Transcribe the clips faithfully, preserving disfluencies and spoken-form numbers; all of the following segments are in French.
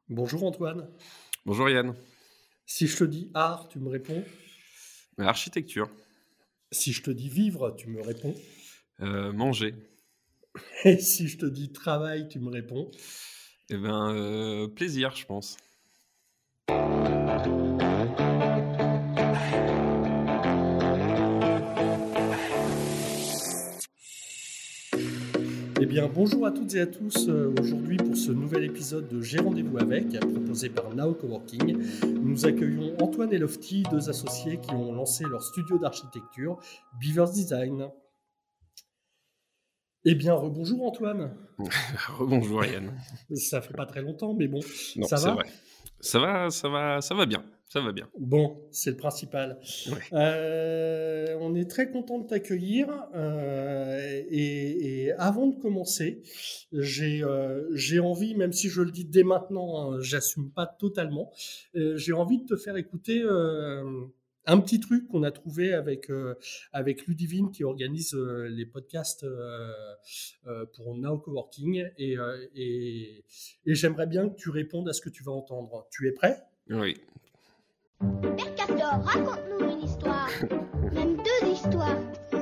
Bonjour Antoine. Bonjour Yann. Si je te dis art, tu me réponds. Architecture, Si je te dis vivre, tu me réponds. heu, manger, Et si je te dis travail, tu me réponds. et ben, heu, plaisir, je pense. Eh bien, bonjour à toutes et à tous. euh, Aujourd'hui, pour ce nouvel épisode de J'ai rendez-vous avec, proposé par Now Coworking, nous accueillons Antoine et Lofty, deux associés qui ont lancé leur studio d'architecture, Beavers Design. Eh bien, rebonjour Antoine. Rebonjour Yann. Ça fait pas très longtemps, mais bon, Non, ça c'est vrai. va? Ça va ça va ça va bien, ça va bien. Bon, c'est le principal. Ouais. Euh, on est très content de t'accueillir. euh, et, et avant de commencer, j'ai euh, j'ai envie, même si je le dis dès maintenant, hein, j'assume pas totalement, euh, j'ai envie de te faire écouter euh, un petit truc qu'on a trouvé avec euh, avec Ludivine qui organise euh, les podcasts euh, euh, pour Now Coworking et, euh, et, et j'aimerais bien que tu répondes à ce que tu vas entendre. Tu es prêt? Oui. Père Castor, raconte-nous une histoire. Même deux histoires.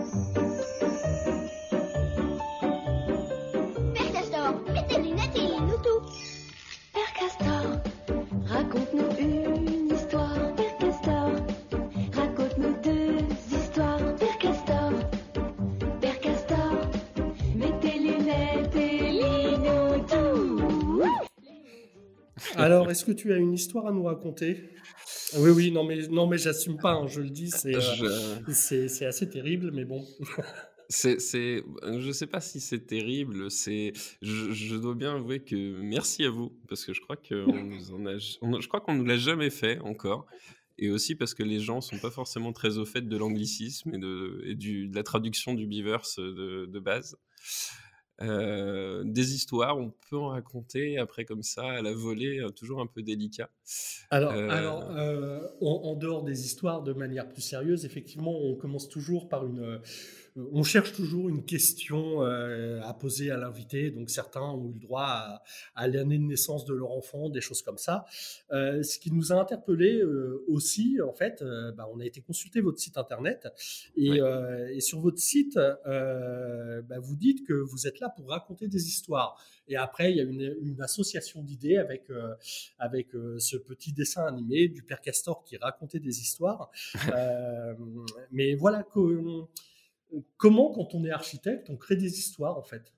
Père Castor, mets tes lunettes et lis-nous tout. Père Castor, raconte-nous une histoire. Père Castor, raconte-nous deux histoires. Père Castor, Père Castor, mets tes lunettes et lis-nous tout. Alors, est-ce que tu as une histoire à nous raconter? Oui, oui, non, mais, non, mais j'assume pas, hein, je le dis, c'est euh, Je c'est c'est assez terrible, mais bon. c'est c'est je sais pas si c'est terrible, c'est je je dois bien avouer que merci à vous, parce que je crois qu'on nous en a j on je crois qu'on nous l'a jamais fait encore, et aussi parce que les gens sont pas forcément très au fait de l'anglicisme et de et du de la traduction du Beavers, de de base. Heu, des histoires, on peut en raconter après comme ça à la volée, heu, toujours un peu délicat. Alors, alors Heu, euh, en, en dehors des histoires, de manière plus sérieuse, effectivement, on commence toujours par une. euh, on cherche toujours une question euh, à poser à l'invité. Donc, certains ont eu le droit à, à l'année de naissance de leur enfant, des choses comme ça. Euh, ce qui nous a interpellé euh, aussi, en fait, euh, bah, on a été consulter votre site internet et, ouais. euh, et sur votre site, euh, bah, vous dites que vous êtes là pour raconter des histoires. Et après, il y a une, une association d'idées avec euh, avec euh, ce petit dessin animé du père Castor qui racontait des histoires. Euh, mais voilà, co- comment quand on est architecte, on crée des histoires en fait.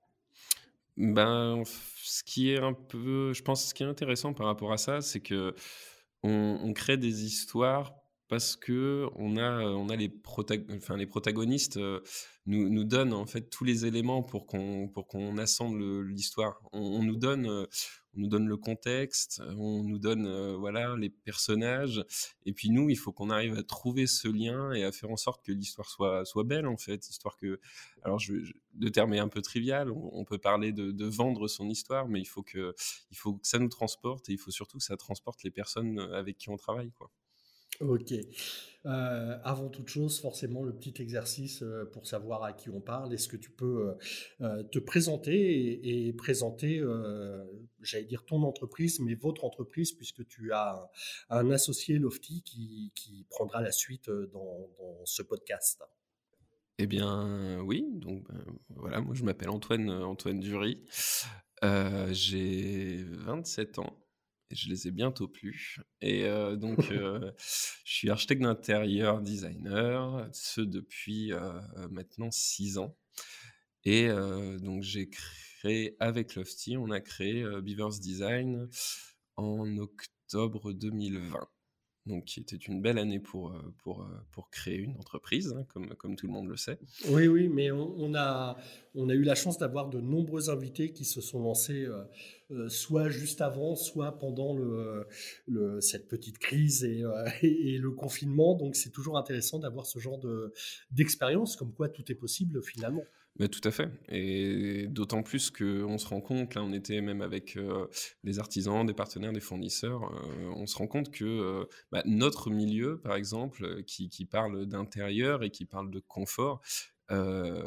Ben, f ce qui est un peu je pense ce qui est intéressant par rapport à ça, c'est qu'on on crée des histoires parce qu'on a, heu, on a les protag enfin les protagonistes, heu, nous nous donnent en fait tous les éléments pour qu'on pour qu'on assemble, heu, l'histoire. On on nous donne, heu, on nous donne le contexte, on nous donne, heu, voilà, les personnages, et puis nous, il faut qu'on arrive à trouver ce lien et à faire en sorte que l'histoire soit soit belle en fait, histoire que alors je je le terme est un peu trivial, on on peut parler de de vendre son histoire, mais il faut que il faut que ça nous transporte, et il faut surtout que ça transporte les personnes, heu, avec qui on travaille, quoi. Ok. Euh, avant toute chose, forcément, le petit exercice euh, pour savoir à qui on parle. Est-ce que tu peux euh, euh, te présenter et, et présenter, euh, j'allais dire ton entreprise, mais votre entreprise, puisque tu as un, un associé Lofty qui, qui prendra la suite euh, dans, dans ce podcast. Eh bien, oui, donc ben, voilà, moi je m'appelle Antoine, heu, Antoine Dury, heu, j'ai vingt-sept ans et je les ai bientôt plus, et heu, donc heu, je suis architecte d'intérieur, designer, ce depuis, heu, maintenant six ans. Et heu, donc j'ai créé avec Lofty, on a créé, heu, Beavers Design en octobre deux mille vingt. Donc qui était une belle année pour, heu, pour, heu, pour créer une entreprise, hein, comme comme tout le monde le sait. Oui, oui, mais on, on a, on a eu la chance d'avoir de nombreux invités qui se sont lancés euh, euh, soit juste avant, soit pendant le, le- cette petite crise et, euh, et, et le confinement. Donc c'est toujours intéressant d'avoir ce genre de, d'expérience, comme quoi tout est possible finalement. Mais tout à fait, et d'autant plus qu'on se rend compte, là on était même avec, heu, des artisans, des partenaires, des fournisseurs, heu, on se rend compte que, heu, bah, notre milieu par exemple, heu, qui qui parle d'intérieur et qui parle de confort, heu,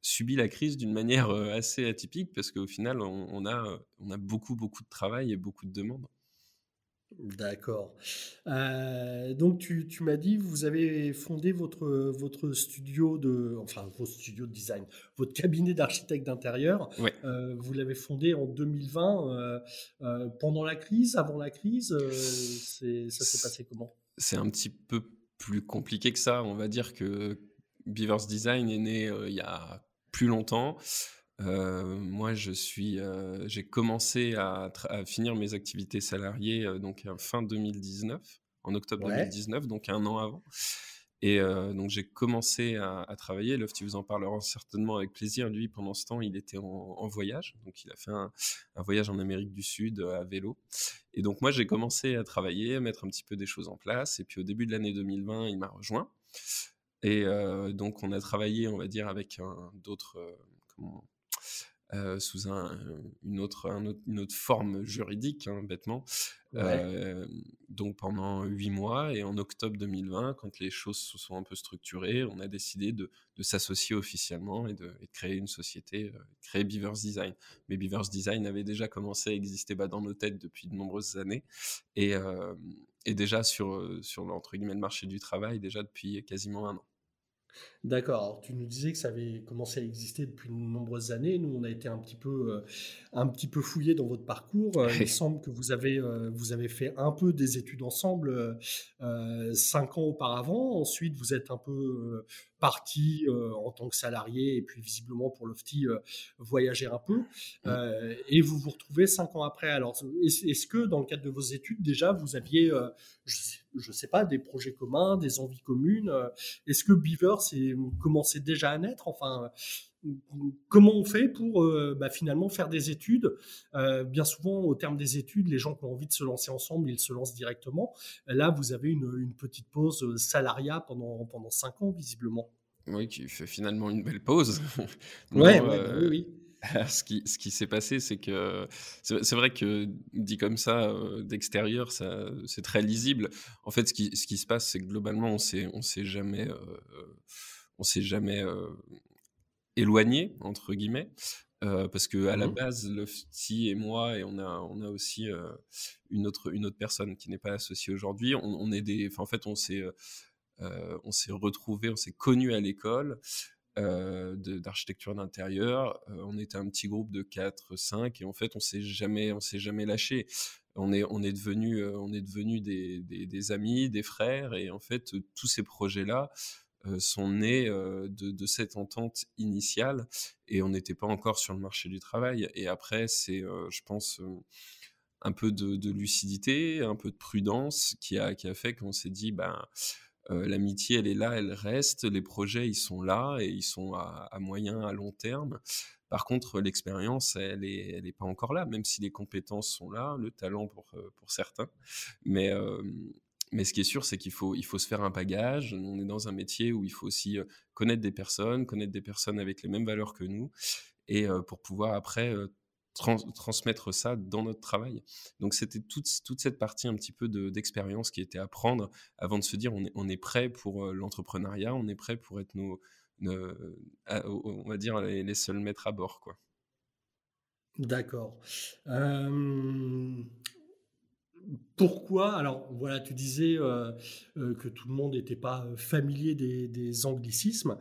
subi la crise d'une manière euh, assez atypique parce qu'au final, on, on a, euh, on a beaucoup, beaucoup de travail et beaucoup de demandes. D'accord. Euh, donc tu, tu m'as dit, vous avez fondé votre, votre studio de, enfin votre studio de design, votre cabinet d'architecte d'intérieur. Ouais. Euh, vous l'avez fondé en deux mille vingt, euh, euh, pendant la crise, avant la crise. Euh, c'est, ça s'est passé comment? C'est un petit peu plus compliqué que ça. On va dire que Beavers Design est né euh, il y a plus longtemps. Euh, moi, je suis, euh, j'ai commencé à, tra- à finir mes activités salariées euh, donc euh, fin deux mille dix-neuf, en octobre Ouais. deux mille dix-neuf, donc un an avant. Et euh, donc j'ai commencé à, à travailler. Lofty vous en parlera certainement avec plaisir. Lui, pendant ce temps, il était en, en voyage, donc il a fait un, un voyage en Amérique du Sud euh, à vélo. Et donc moi, j'ai commencé à travailler, à mettre un petit peu des choses en place. Et puis au début de l'année deux mille vingt, il m'a rejoint. Et euh, donc on a travaillé, on va dire, avec un, d'autres, euh, comment, euh, sous un, une, autre, un autre, une autre forme juridique, hein, bêtement. Ouais. Euh, donc pendant huit mois, et en octobre deux mille vingt, quand les choses se sont un peu structurées, on a décidé de, de s'associer officiellement et de, et de créer une société, euh, créer Beavers Design. Mais Beavers Design avait déjà commencé à exister bah, dans nos têtes depuis de nombreuses années, et, euh, et déjà sur, sur entre guillemets, le marché du travail, déjà depuis quasiment un an. D'accord. Alors, tu nous disais que ça avait commencé à exister depuis de nombreuses années. Nous, on a été un petit peu, euh, un petit peu fouillé dans votre parcours. Euh, il me semble que vous avez, euh, vous avez fait un peu des études ensemble euh, euh, cinq ans auparavant. Ensuite, vous êtes un peu euh, parti euh, en tant que salarié et puis visiblement pour Lofty euh, voyager un peu. Euh, et vous vous retrouvez cinq ans après. Alors, est-ce, est-ce que dans le cadre de vos études déjà, vous aviez, euh, je sais, je sais pas, des projets communs, des envies communes? euh, Est-ce que Beaver c'est commençait déjà à naître? Enfin, euh, comment on fait pour euh, bah, finalement faire des études? Euh, bien souvent, au terme des études, les gens qui ont envie de se lancer ensemble, ils se lancent directement. Là, vous avez une, une petite pause euh, salariat pendant, pendant cinq ans, visiblement. Oui, qui fait finalement une belle pause. Ouais, Non, ouais, bah oui, euh, oui. ce qui, ce qui s'est passé, c'est que c'est c'est vrai que dit comme ça, euh, d'extérieur, ça, c'est très lisible. En fait, ce qui, ce qui se passe, c'est que globalement, on s'est, on s'est jamais, euh, on s'est jamais euh, éloigné entre guillemets. Euh, parce que à la Mhm. base, Lofty et moi, et on a, on a aussi euh, une autre, une autre personne qui n'est pas associée aujourd'hui. On, on est des, enfin, en fait, on s'est, euh, on s'est retrouvés, on s'est connus à l'école euh, de- d'architecture d'intérieur. Euh, on était un petit groupe de quatre, cinq, et en fait, on s'est jamais, on s'est jamais lâché. On est, on est devenu, euh, on est devenu des, des, des amis, des frères, et en fait, euh, tous ces projets-là euh, sont nés euh, de, de cette entente initiale, et on n'était pas encore sur le marché du travail. Et après, c'est, euh, je pense, euh, un peu de, de lucidité, un peu de prudence qui a, qui a fait qu'on s'est dit, ben, euh, l'amitié, elle est là, elle reste, les projets, ils sont là, et ils sont à, à moyen, à long terme. Par contre, l'expérience, elle est, elle est pas encore là, même si les compétences sont là, le talent pour, euh, pour certains. Mais, euh, mais ce qui est sûr, c'est qu'il faut, il faut se faire un bagage. On est dans un métier où il faut aussi euh, connaître des personnes, connaître des personnes avec les mêmes valeurs que nous, et euh, pour pouvoir après euh, trans- transmettre ça dans notre travail. Donc c'était toute, toute cette partie un petit peu de, d'expérience qui était à prendre avant de se dire on est, on est prêt pour euh, l'entrepreneuriat, on est prêt pour être nos, nos- à- on va dire les, les seuls maîtres à bord, quoi. D'accord. Euh, Pourquoi? Alors voilà, tu disais euh, euh, que tout le monde n'était pas euh, familier des, des anglicismes,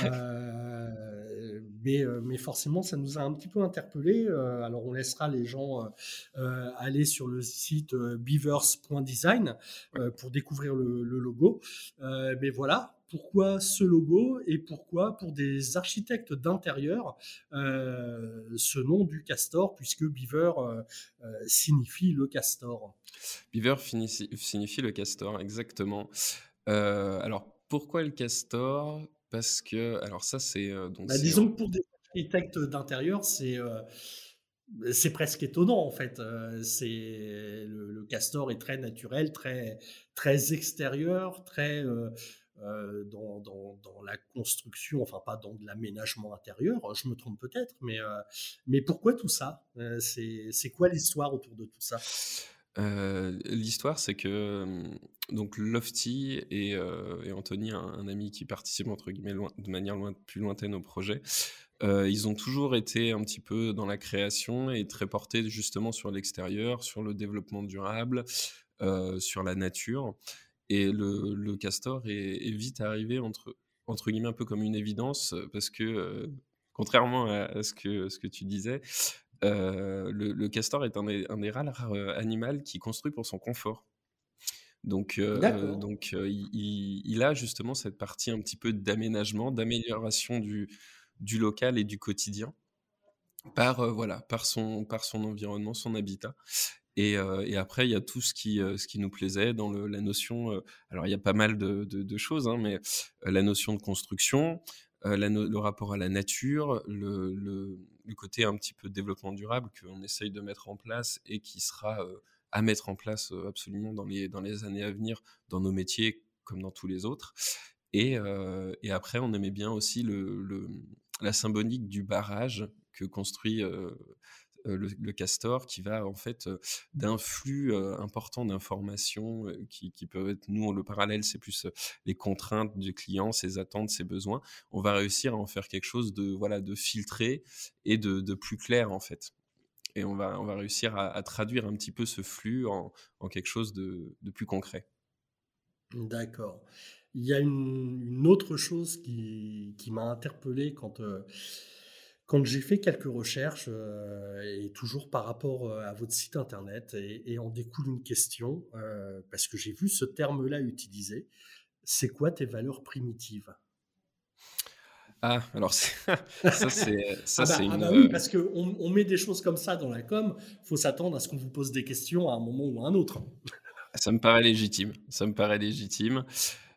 euh, mais, euh, mais forcément ça nous a un petit peu interpellés. Euh, alors on laissera les gens euh, euh, aller sur le site euh, beavers point design euh, pour découvrir le, le logo. Euh, mais voilà, pourquoi ce logo et pourquoi pour des architectes d'intérieur euh, ce nom du castor, puisque beaver euh, euh, signifie le castor. Beaver finissif- signifie le castor, exactement. Euh, alors pourquoi le castor? Parce que, alors ça c'est euh, donc Bah, c'est disons en- que pour des architectes d'intérieur, c'est euh, c'est presque étonnant en fait. Euh, c'est le, le castor est très naturel, très très extérieur, très euh, euh, dans, dans, dans la construction, enfin pas dans de l'aménagement intérieur. Je me trompe peut-être, mais euh, mais pourquoi tout ça? Euh, c'est c'est quoi l'histoire autour de tout ça? Euh, l'histoire, c'est que euh, donc Lofty et, euh, et Anthony, un, un ami qui participe entre guillemets loin- de manière loin, plus lointaine au projet, Heu, ils ont toujours été un petit peu dans la création et très portés justement sur l'extérieur, sur le développement durable, heu, sur la nature et le le castor est est vite arrivé entre entre guillemets un peu comme une évidence, heu, parce que, heu, contrairement à à ce que ce que tu disais, heu, le le castor est un des un des rares, heu, animal qui construit pour son confort. Donc heu D'accord. donc heu, il il il a justement cette partie un petit peu d'aménagement, d'amélioration du du local et du quotidien par, heu, voilà, par son par son environnement, son habitat et heu et après il y a tout ce qui, heu, ce qui nous plaisait dans le la notion, heu alors il y a pas mal de de de choses, hein, mais heu, la notion de construction, heu, la no le rapport à la nature, le le le côté un petit peu développement durable qu'on essaye de mettre en place et qui sera, heu, à mettre en place, heu, absolument dans les dans les années à venir, dans nos métiers comme dans tous les autres et heu et après on aimait bien aussi le le la symbolique du barrage que construit, heu heu, le le castor qui va en fait, heu, d'un flux, heu, important d'informations, heu, qui qui peuvent être nous le parallèle, c'est plus, heu, les contraintes du client, ses attentes, ses besoins. On va réussir à en faire quelque chose de voilà, de filtré et de de plus clair en fait et on va on va réussir à à traduire un petit peu ce flux en en quelque chose de de plus concret. D'accord. Il y a une une autre chose qui qui m'a interpellé quand, heu, quand j'ai fait quelques recherches, heu et toujours par rapport, heu, à votre site internet et et en découle une question, heu, parce que j'ai vu ce terme-là utilisé. C'est quoi tes valeurs primitives? Ah, alors c'est ça c'est ça Ah c'est bah ah une, bah oui, heu, parce qu'on on met des choses comme ça dans la com, faut s'attendre à ce qu'on vous pose des questions à un moment ou à un autre. ça me paraît légitime, ça me paraît légitime.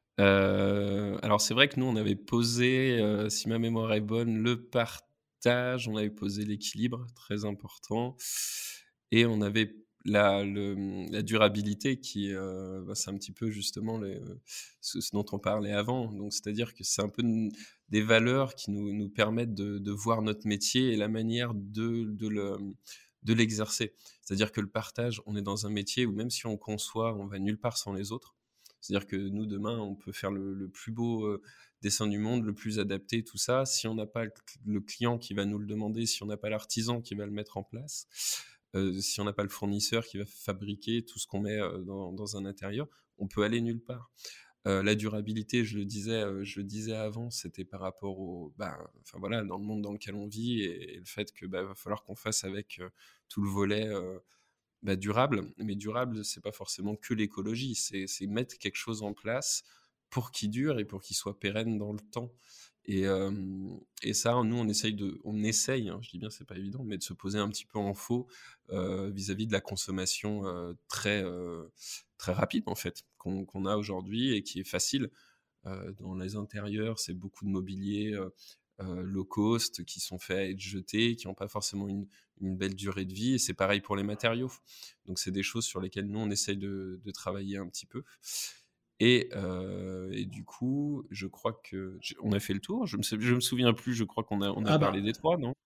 Heu, alors c'est vrai que nous on avait posé, heu, si ma mémoire est bonne, le partage, on avait posé l'équilibre, très important et on avait la le, mmh, la durabilité qui, heu, bah, c'est un petit peu justement les, heu, ce ce dont on parlait avant. Donc c'est-à-dire que c'est un peu n des valeurs qui nous nous permettent de de voir notre métier et la manière de de le, mmh, de l'exercer. C'est-à-dire que le partage, on est dans un métier où même si on conçoit, on va nulle part sans les autres. C'est-à-dire que nous, demain, on peut faire le, le plus beau euh, dessin du monde, le plus adapté, tout ça. Si on n'a pas le, le client qui va nous le demander, si on n'a pas l'artisan qui va le mettre en place, euh, si on n'a pas le fournisseur qui va fabriquer tout ce qu'on met euh, dans, dans un intérieur, on peut aller nulle part. Euh, la durabilité, je le disais, euh, je le disais avant, c'était par rapport au, bah, enfin voilà, dans le monde dans lequel on vit et, et le fait que bah, va falloir qu'on fasse avec euh, tout le volet euh, bah, durable, mais durable, c'est pas forcément que l'écologie, c'est c'est mettre quelque chose en place pour qu'il dure et pour qu'il soit pérenne dans le temps. Et, hem et ça, nous, on essaye de on essaye, hein, je dis bien, c'est pas évident, mais de se poser un petit peu en faux, heu, vis-à-vis de la consommation, heu, très, heu, très rapide, en fait, qu'on qu'on a aujourd'hui et qui est facile. Heu, dans les intérieurs, c'est beaucoup de mobilier, heu heu, low cost qui sont faits à être jetés, qui n'ont pas forcément une une belle durée de vie et c'est pareil pour les matériaux. Donc c'est des choses sur lesquelles nous, on essaye de de travailler un petit peu et heu et du coup, je crois que j'ai on a fait le tour? Je me sou je me souviens plus, je crois qu'on a on a Ah parlé bah des trois, non?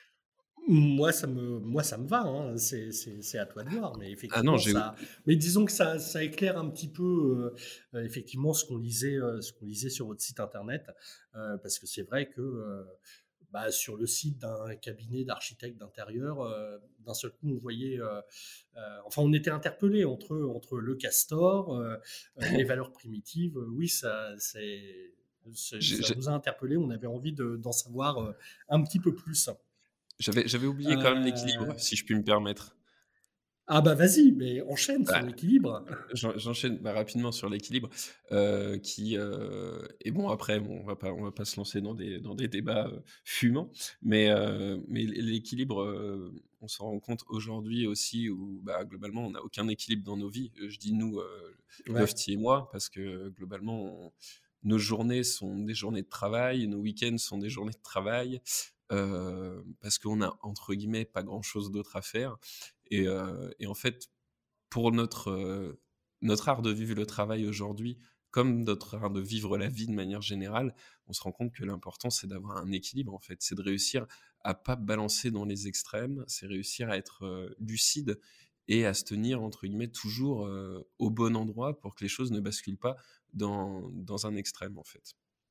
moi, ça me moi, ça me va, hein, c'est c'est c'est à toi de voir, mais Ah non, effectivement, j'ai ça mais disons que ça ça éclaire un petit peu, heu heu, effectivement, ce qu'on lisait, heu, ce qu'on lisait sur votre site internet, heu, parce que c'est vrai que, heu, bah, sur le site d'un cabinet d'architectes d'intérieur, heu, d'un seul coup, on voyait, heu heu, enfin, on était interpellés entre entre le castor, heu heu, les valeurs primitives, heu, oui, ça c'est c'est j'ai ça j'ai nous a interpellés, on avait envie de d'en savoir, heu, un petit peu plus. j'avais j'avais oublié quand même l'équilibre, Heu si je puis me permettre. ah bah vas-y, mais enchaîne sur Bah l'équilibre. J'en j'enchaîne, bah, rapidement sur l'équilibre, heu, qui, heu et bon après bon, on va pas on va pas se lancer dans des dans des débats, heu, fumants, mais heu, mais l'é l'équilibre, heu, on s'en rend compte aujourd'hui aussi où, bah, globalement, on n'a aucun équilibre dans nos vies. Heu, je dis «nous», heu, Ouais. Lofty et moi, parce que globalement, on nos journées sont des journées de travail, nos week-ends sont des journées de travail, heu, parce qu'on a, entre guillemets, «pas grand-chose d'autre à faire» et heu et en fait, pour notre, heu, notre art de vivre le travail aujourd'hui, comme notre art de vivre la vie de manière générale, on se rend compte que l'important, c'est d'avoir un équilibre, en fait. C'est de réussir à pas balancer dans les extrêmes, c'est réussir à être, heu, lucide et à se tenir, entre guillemets, toujours, heu, au bon endroit pour que les choses ne basculent pas dans dans un extrême, en fait.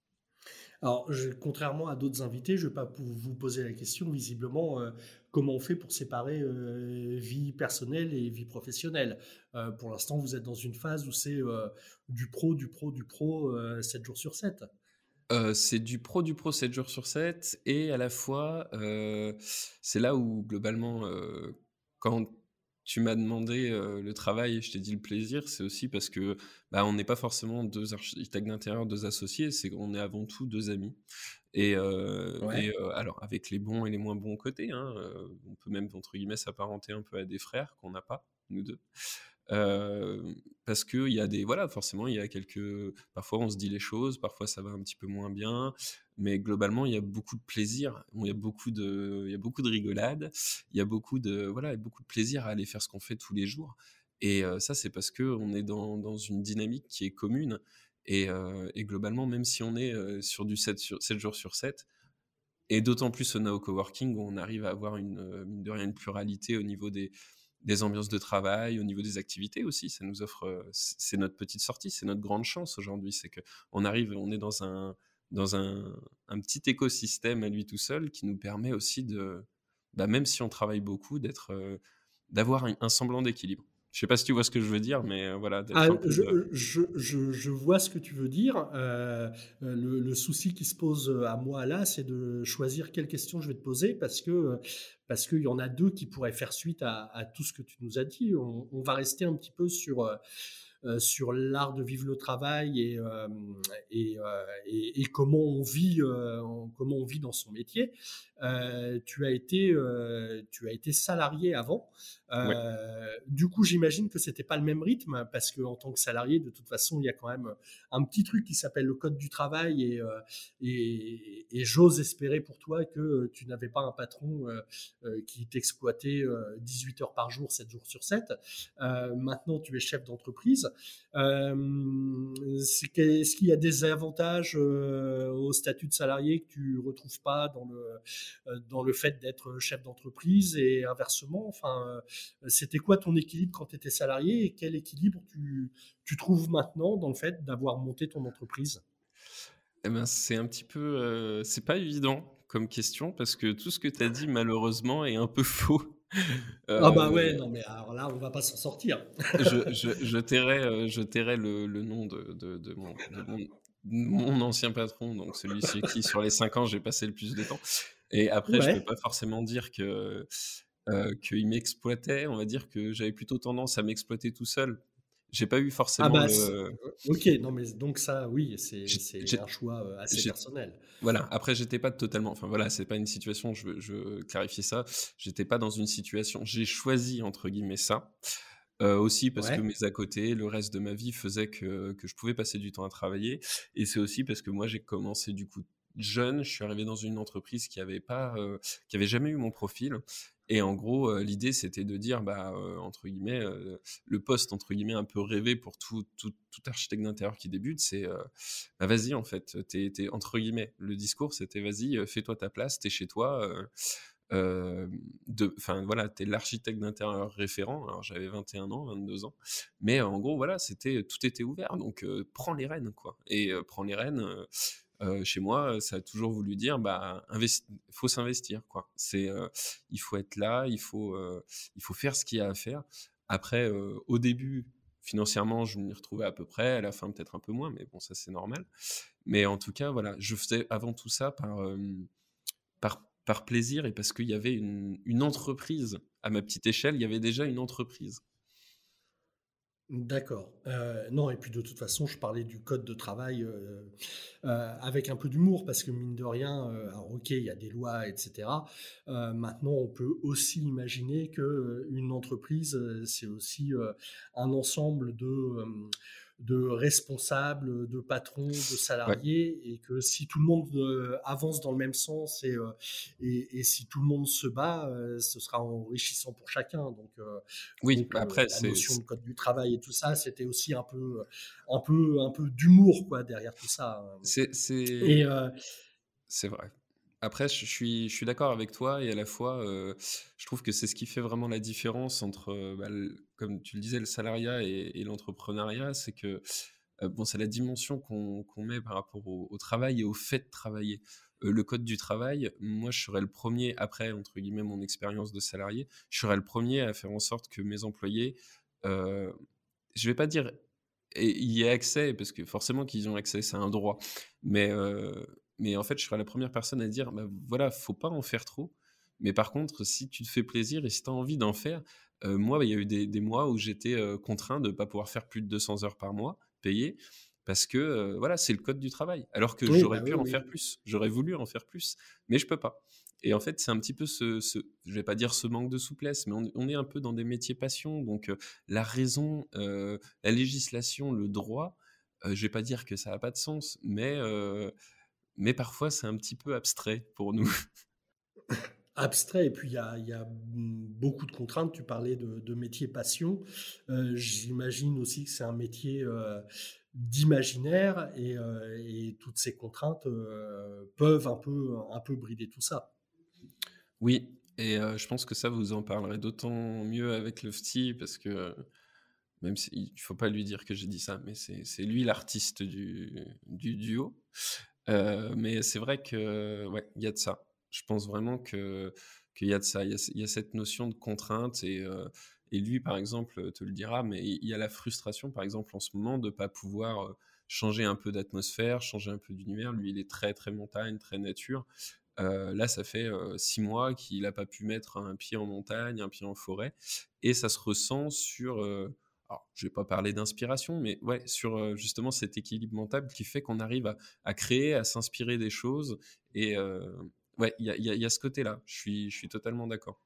Alors, je, contrairement à d'autres invités, je ne vais pas pou- vous poser la question, visiblement, euh, comment on fait pour séparer euh, vie personnelle et vie professionnelle. Euh, pour l'instant, vous êtes dans une phase où c'est euh, du pro, du pro, du pro, euh, sept jours sur sept. Heu, c'est du pro, du pro sept jours sur sept et à la fois, heu, c'est là où globalement, heu, quand tu m'as demandé, heu, le travail et je t'ai dit le plaisir, c'est aussi parce que, bah, on n'est pas forcément deux architectes d'intérieur, deux associés, c'est qu'on est avant tout deux amis et heu et Ouais. heu, alors avec les bons et les moins bons côtés, hein, heu, on peut même entre guillemets «s'apparenter» un peu à des frères qu'on n'a pas, nous deux. Heu, Parce qu'il y a des voilà, forcément, il y a quelques parfois on se dit les choses, parfois ça va un petit peu moins bien, mais globalement, il y a beaucoup de plaisir. Bon, il y a beaucoup de il y a beaucoup de rigolade, il y a beaucoup de voilà, il y a beaucoup de plaisir à aller faire ce qu'on fait tous les jours et heu, ça, c'est parce qu'on est dans dans une dynamique qui est commune et heu et globalement, même si on est, heu, sur du sept sur sept jours sur sept et d'autant plus au Nao Coworking où on arrive à avoir une, heu, mine de rien, une pluralité au niveau des des ambiances de travail, au niveau des activités aussi. Ça nous offre, heu, c c'est notre petite sortie, c'est notre grande chance aujourd'hui. C'est qu'on arrive on est dans un dans un un petit écosystème à lui tout seul qui nous permet aussi de, bah, même si on travaille beaucoup, d'être, heu, d'avoir un un semblant d'équilibre. Je sais pas si tu vois ce que je veux dire, mais heu, voilà, Ah, d'être un peu, je, heu je, je, je vois ce que tu veux dire. Euh, euh, le, le souci qui se pose à moi là, c'est de choisir quelles questions je vais te poser parce que parce qu'il y en a deux qui pourraient faire suite à, à tout ce que tu nous as dit. On, on va rester un petit peu sur euh, euh, sur l'art de vivre le travail et euh, et, euh, et, et comment on vit euh, en- comment on vit dans son métier. Euh, tu as été euh, tu as été salarié avant. ouais. Euh, du coup, j'imagine que c'était pas le même rythme parce que en tant que salarié, de toute façon, il y a quand même un petit truc qui s'appelle le code du travail et, euh, et, et j'ose espérer pour toi que tu n'avais pas un patron euh, euh, qui t'exploitait euh, dix-huit heures par jour, sept jours sur sept. Euh, maintenant, tu es chef d'entreprise. Euh, c'est Est-ce qu'il y a des avantages euh, au statut de salarié que tu retrouves pas dans le euh, dans le fait d'être chef d'entreprise et inversement? Enfin, c'était quoi ton équilibre quand tu étais salarié et quel équilibre tu, tu trouves maintenant dans le fait d'avoir monté ton entreprise? Eh ben, c'est un petit peu, heu, c'est pas évident comme question parce que tout ce que tu as dit malheureusement est un peu faux. Ah bah Heu, ouais, non mais alors là, on va pas s'en sortir. je je je tairai, heu, je tairai le le nom de de de mon de mon mon ancien patron, donc celui chez qui sur les cinq ans j'ai passé le plus de temps et après je peux Ouais. pas forcément dire que, heu, qu'il m'exploitait. On va dire que j'avais plutôt tendance à m'exploiter tout seul. J'ai pas eu Ah forcément bah, c'est- le ok, non mais donc ça, oui, c'est j'ai c'est j'ai un choix euh, assez j'ai personnel. Voilà, après j'étais pas totalement enfin voilà, c'est pas une situation, je veux je veux clarifier ça. J'étais pas dans une situation j'ai «choisi» entre guillemets ça, heu, aussi parce que Ouais. mes à côté, le reste de ma vie faisait que que je pouvais passer du temps à travailler et c'est aussi parce que moi j'ai commencé du coup jeune, je suis arrivé dans une entreprise qui avait pas, heu, qui avait jamais eu mon profil et en gros, heu, l'idée c'était de dire, bah, heu, entre guillemets, heu, le poste entre guillemets un peu rêvé pour tout tout tout architecte d'intérieur qui débute, c'est, heu, bah, vas-y en fait, t'es es entre guillemets, le discours c'était: «Vas-y, heu, fais-toi ta place, t'es chez toi, heu, hem, de enfin voilà, t'es l'architecte d'intérieur référent». Alors j'avais vingt et un ans, vingt-deux ans, mais en gros voilà, c'était tout était ouvert donc heu, prends les rênes quoi et heu, prends les rênes, heu heu, chez moi, ça a toujours voulu dire, bah, invest faut s'investir quoi. C'est, heu, il faut être là, il faut, heu, il faut faire ce qu'il y a à faire. Après, heu, au début, financièrement, je m'y retrouvais à peu près, à la fin peut-être un peu moins, mais bon ça c'est normal. Mais en tout cas, voilà, je faisais avant tout ça par, hem, par par plaisir et parce qu'il y avait une une entreprise. À ma petite échelle, il y avait déjà une entreprise. D'accord. Euh, non, et puis de toute façon, je parlais du code de travail euh, euh, avec un peu d'humour, parce que mine de rien, euh, alors ok, il y a des lois, et cetera. Euh, maintenant, on peut aussi imaginer que euh, une entreprise, euh, c'est aussi euh, un ensemble de, euh, de responsables, de patrons, de Ouais. salariés, et que si tout le monde euh, avance dans le même sens et, euh, et, et si tout le monde se bat, euh, ce sera enrichissant pour chacun. Donc, euh, Oui, donc bah, euh, après la c'est notion c de code du travail et tout ça, c'était aussi un peu, un peu, un peu d'humour quoi derrière tout ça, hein. c'est Et c'est euh, c'est vrai. Après je suis je suis d'accord avec toi et à la fois, heu, je trouve que c'est ce qui fait vraiment la différence entre, heu, bah, l comme tu le disais, le salariat et et l'entrepreneuriat. C'est que Euh, bon, c'est la dimension qu'on qu'on met par rapport au, au travail et au fait de travailler. Euh, le code du travail, moi, je serais le premier, après, entre guillemets, mon expérience de salarié, je serais le premier à faire en sorte que mes employés, euh, je vais pas dire et y ait accès, parce que forcément qu'ils y ont accès, c'est un droit. Mais, euh, mais en fait, je serais la première personne à dire, bah, voilà, faut pas en faire trop. Mais par contre, si tu te fais plaisir et si tu as envie d'en faire, euh, moi, il y a eu des, des mois où j'étais euh, contraint de ne pas pouvoir faire plus de deux cents heures par mois payées, parce que euh, voilà, c'est le code du travail. Alors que Oui, j'aurais bah pu oui, en oui. faire plus, j'aurais voulu en faire plus, mais je peux pas. Et en fait, c'est un petit peu ce, ce je vais pas dire ce manque de souplesse, mais on, on est un peu dans des métiers passion, donc euh, la raison, euh, la législation, le droit, euh, je vais pas dire que ça a pas de sens, mais euh, mais parfois c'est un petit peu abstrait pour nous. Abstrait, et puis il y a, il y a mm, beaucoup de contraintes. Tu parlais de, de métier passion. Euh, j'imagine aussi que c'est un métier euh, d'imaginaire, et, euh, et toutes ces contraintes euh, peuvent un peu, un peu brider tout ça. Oui, et euh, je pense que ça vous en parlerez d'autant mieux avec le Fti parce que euh, même s'il ne faut pas lui dire que j'ai dit ça, mais c'est c'est lui l'artiste du, du duo. Euh, mais c'est vrai que ouais, il y a de ça. Je pense vraiment que qu'il y a de ça. Il y a, il y a cette notion de contrainte et euh, et lui par exemple te le dira, mais il y a la frustration par exemple en ce moment de pas pouvoir euh, changer un peu d'atmosphère, changer un peu d'univers. Lui, il est très très montagne, très nature. Euh, là, ça fait euh, six mois qu'il n'a pas pu mettre un pied en montagne, un pied en forêt, et ça se ressent sur. Euh, alors, je vais pas parler d'inspiration, mais ouais, sur euh, justement cet équilibre mental qui fait qu'on arrive à, à créer, à s'inspirer des choses, et euh, ouais, il y a, y a- y a ce côté-là. Je suis, je suis totalement d'accord.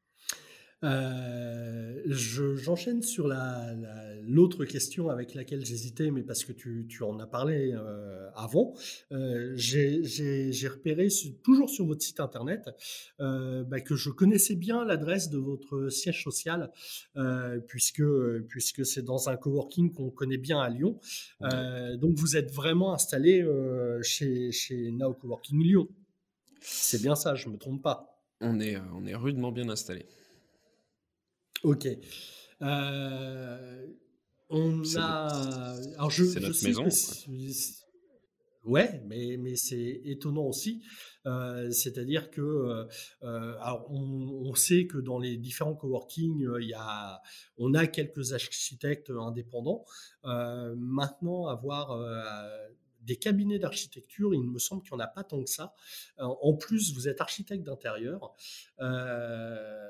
Euh, je- j'enchaîne sur la, la- l'autre question avec laquelle j'hésitais, mais parce que tu, tu en as parlé euh, avant. Euh, j'ai j'ai- j'ai repéré, sur- toujours sur votre site internet, euh, bah, que je connaissais bien l'adresse de votre siège social, euh, puisque, puisque c'est dans un coworking qu'on connaît bien à Lyon. Ouais. Euh, donc vous êtes vraiment installé euh, chez, chez Now Coworking Lyon. C'est bien ça, je me trompe pas. On est, euh, on est rudement bien installé. Ok. Euh, on C'est notre, a. Alors, je, c'est je notre sais que. maison, quoi. c'est- Ouais, mais, mais c'est étonnant aussi. Euh, c'est-à-dire que. Euh, euh, alors, on, on sait que dans les différents coworking, euh, il y a, on a quelques architectes indépendants. Euh, maintenant, avoir. Euh, des cabinets d'architecture, il me semble qu'il n'y en a pas tant que ça. Euh, en plus, vous êtes architecte d'intérieur. Euh,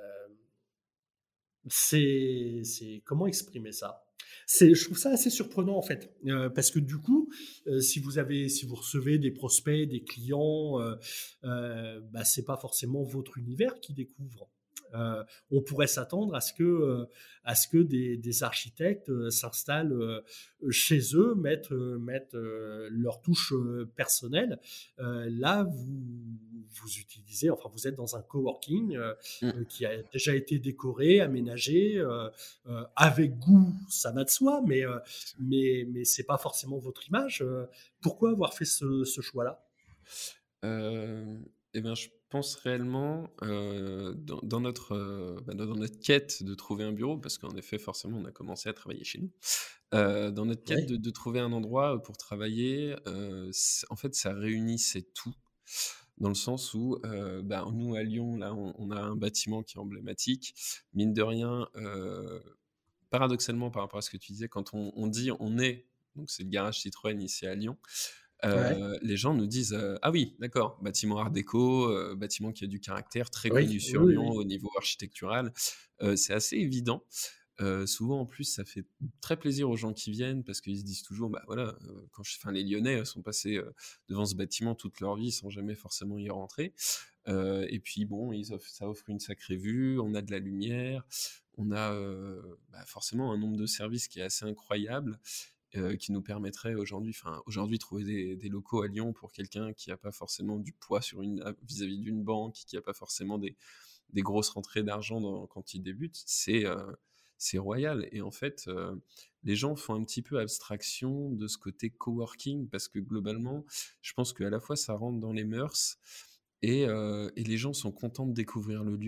c'est, c'est comment exprimer ça? C'est, je trouve ça assez surprenant en fait, euh, parce que du coup, euh, si vous avez, si vous recevez des prospects, des clients, euh, euh, bah, c'est pas forcément votre univers qui découvre. Euh, on pourrait s'attendre à ce que, euh, à ce que des, des architectes euh, s'installent euh, chez eux, mettent, euh, mettent euh, leur touche euh, personnelle. Euh, là, vous, vous utilisez, enfin, vous êtes dans un coworking euh, Mm. euh, qui a déjà été décoré, aménagé, euh, euh, avec goût, ça va de soi, mais, euh, mais, mais c'est pas forcément votre image. Euh, pourquoi avoir fait ce, ce choix-là? Euh, eh bien, je pense réellement euh, dans, dans notre, euh, bah, dans notre quête de trouver un bureau, parce qu'en effet, forcément, on a commencé à travailler chez nous. Euh, dans notre quête Oui. de, de trouver un endroit pour travailler, euh, c'est- en fait, ça réunissait tout. Dans le sens où, euh, bah, nous à Lyon, là, on, on a un bâtiment qui est emblématique. Mine de rien, euh, paradoxalement, par rapport à ce que tu disais, quand on, on dit on est, donc c'est le garage Citroën ici à Lyon, Ouais. euh, les gens nous disent euh, ah oui, d'accord, bâtiment art déco, euh, bâtiment qui a du caractère, très connu Oui, sur oui, Lyon oui. au niveau architectural. Euh, c'est assez évident. Euh, souvent en plus, ça fait très plaisir aux gens qui viennent parce qu'ils se disent toujours, bah voilà, euh, quand je, enfin, les Lyonnais euh, sont passés euh, devant ce bâtiment toute leur vie sans jamais forcément y rentrer. Euh, et puis bon, ils offrent- ça offre une sacrée vue, on a de la lumière, on a euh, bah, forcément un nombre de services qui est assez incroyable, euh, qui nous permettrait aujourd'hui, enfin aujourd'hui trouver des, des locaux à Lyon pour quelqu'un qui n'a pas forcément du poids sur une vis-à-vis d'une banque, qui n'a pas forcément des, des grosses rentrées d'argent dans- quand il débute, c'est euh, c'est royal. Et en fait, euh, les gens font un petit peu abstraction de ce côté coworking parce que globalement, je pense qu'à la fois ça rentre dans les mœurs et, euh, et les gens sont contents de découvrir le lieu.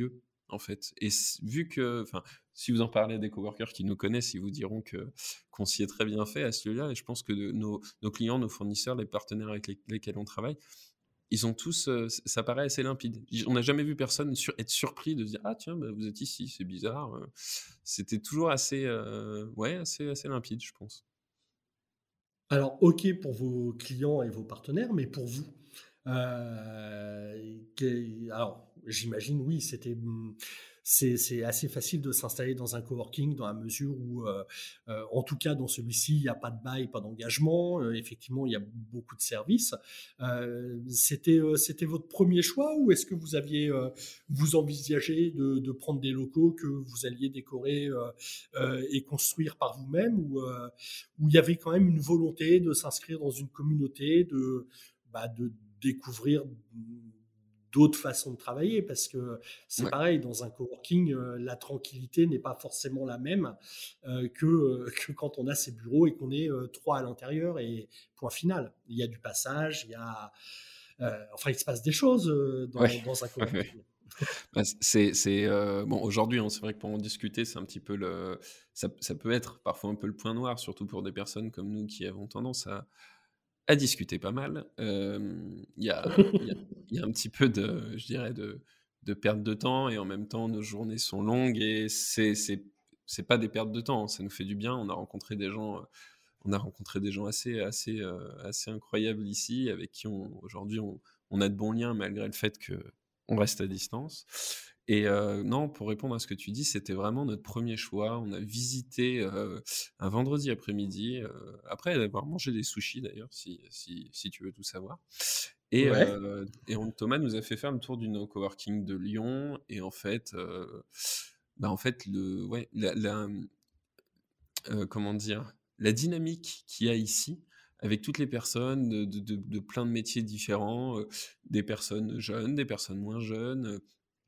en fait. Et c- vu que, enfin, si vous en parlez à des coworkers qui nous connaissent, ils vous diront que qu'on s'y est très bien fait à ce lieu-là. Et je pense que de- nos, nos clients, nos fournisseurs, les partenaires avec les- lesquels on travaille, ils ont tous, euh, c- ça paraît assez limpide. J- On n'a jamais vu personne sur- être surpris de se dire ah tiens bah, vous êtes ici, c'est bizarre. Euh, C'était toujours assez, euh, ouais, assez, assez limpide, je pense. Alors, OK pour vos clients et vos partenaires, mais pour vous, heu, quel alors, j'imagine, oui, c'était, mmh, c'est c'est assez facile de s'installer dans un coworking dans la mesure où, heu heu, en tout cas, dans celui-ci, il y a pas de bail, pas d'engagement, heu, effectivement, il y a beaucoup de services. Heu, c'était, heu, c'était votre premier choix ou est-ce que vous aviez, heu, vous envisagez de de prendre des locaux que vous alliez décorer, heu heu et construire par vous-même ou, heu où il y avait quand même une volonté de s'inscrire dans une communauté, de, bah, de découvrir d'autres façons de travailler parce que c'est Ouais. pareil, dans un coworking, euh, la tranquillité n'est pas forcément la même euh, que, euh, que quand on a ses bureaux et qu'on est euh, trois à l'intérieur et point final. Il y a du passage, il y a, euh, enfin, il se passe des choses euh, Ouais. dans, dans un Ouais, ouais. coworking. Bah, c'est, c'est, euh, bon, aujourd'hui, hein, c'est vrai que pour en discuter, c'est un petit peu le, ça, ça peut être parfois un peu le point noir, surtout pour des personnes comme nous qui avons tendance à, à discuter pas mal. Euh, Il y a, il y a, il y a un petit peu de, je dirais, de, de perte de temps et en même temps, nos journées sont longues et c'est, c'est, c'est pas des pertes de temps, hein, ça nous fait du bien. On a rencontré des gens, euh, on a rencontré des gens assez, assez, euh, assez incroyables ici avec qui on, aujourd'hui on, on a de bons liens malgré le fait que on reste à distance. Et euh, non, pour répondre à ce que tu dis, c'était vraiment notre premier choix. On a visité euh, un vendredi après-midi, euh, après avoir mangé des sushis d'ailleurs, si, si, si tu veux tout savoir. Et, Ouais. euh, et on- Thomas nous a fait faire le tour du no coworking de Lyon. Et en fait, euh, bah en fait le, ouais, la, la, euh, comment dire, la dynamique qu'il y a ici, avec toutes les personnes de, de, de- de plein de métiers différents, euh, des personnes jeunes, des personnes moins jeunes, euh,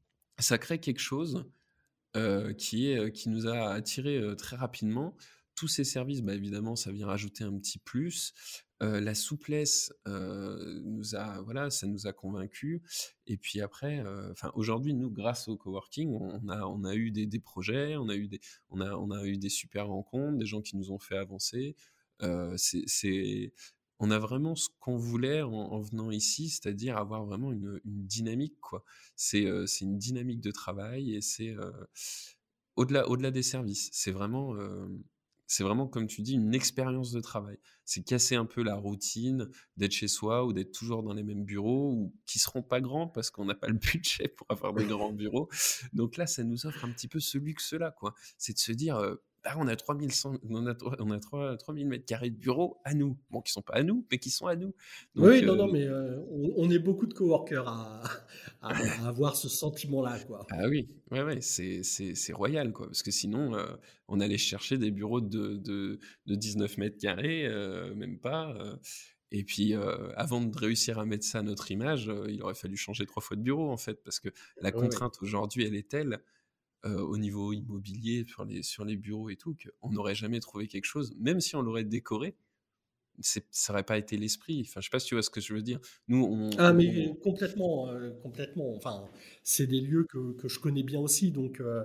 ça crée quelque chose euh, qui, est, euh, qui nous a attirés euh, très rapidement. Tous ces services, bah, évidemment, ça vient rajouter un petit plus. Euh, la souplesse, euh, nous a, voilà, ça nous a convaincus. Et puis après, euh, enfin, aujourd'hui, nous, grâce au coworking, on a, on a eu des, des projets, on a eu des, on a, on a eu des super rencontres, des gens qui nous ont fait avancer. Euh, c'est, c'est, on a vraiment ce qu'on voulait en, en venant ici, c'est-à-dire avoir vraiment une, une dynamique, quoi. C'est euh, c'est une dynamique de travail et c'est euh, au-delà, au-delà des services. C'est vraiment, euh, c'est vraiment, comme tu dis, une expérience de travail. C'est casser un peu la routine d'être chez soi ou d'être toujours dans les mêmes bureaux ou qui seront pas grands parce qu'on n'a pas le budget pour avoir des grands bureaux. Donc là, ça nous offre un petit peu ce luxe-là, quoi. C'est de se dire, euh, ah, on a trois mille cent on a, trois- on a trois- trois mille mètres carrés de bureau à nous. Bon, qui sont pas à nous, mais qui sont à nous. Donc, Oui, non, non, euh, mais euh, on, on est beaucoup de coworkers à, à, à avoir ce sentiment-là, quoi. Ah oui, ouais, ouais, c'est c'est c'est royal, quoi. Parce que sinon, heu, on allait chercher des bureaux de de de dix-neuf mètres carrés, heu, même pas, heu et puis, heu, avant de réussir à mettre ça à notre image, heu, il aurait fallu changer trois fois de bureau, en fait. Parce que la Oui, oui. contrainte aujourd'hui, elle est telle, heu, au niveau immobilier, sur les sur les bureaux et tout, qu'on n'aurait jamais trouvé quelque chose, même si on l'aurait décoré, c'est ça aurait pas été l'esprit. Enfin, je sais pas si tu vois ce que je veux dire? Nous, on Ah, on on mais complètement, euh, complètement. Enfin, c'est des lieux que, que je connais bien aussi, donc euh,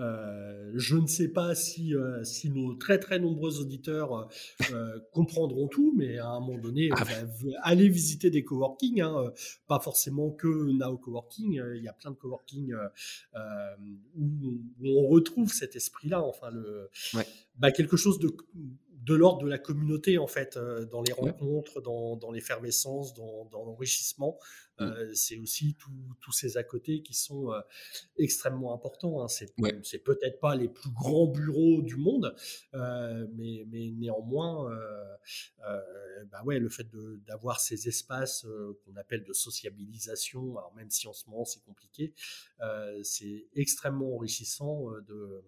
euh, je ne sais pas si, euh, si nos très très nombreux auditeurs euh, comprendront tout, mais à un moment donné, euh, ah va- va- allez visiter des coworking, hein, euh, pas forcément que Nao Coworking. euh, Il y a plein de coworking euh, euh, où, où on retrouve cet esprit-là. Enfin, le, ouais, bah, quelque chose de, de l'ordre de la communauté, en fait, euh, dans les ouais, rencontres, dans, dans l'effervescence, dans, dans l'enrichissement. mmh, Euh, c'est aussi tout- tous ces à côté qui sont euh, extrêmement importants. Hein. C'est, ouais, c'est peut-être pas les plus grands bureaux du monde, euh, mais, mais néanmoins, euh, euh, bah ouais, le fait de, d'avoir ces espaces euh, qu'on appelle de sociabilisation, alors même si en ce moment c'est compliqué, euh, c'est extrêmement enrichissant euh, de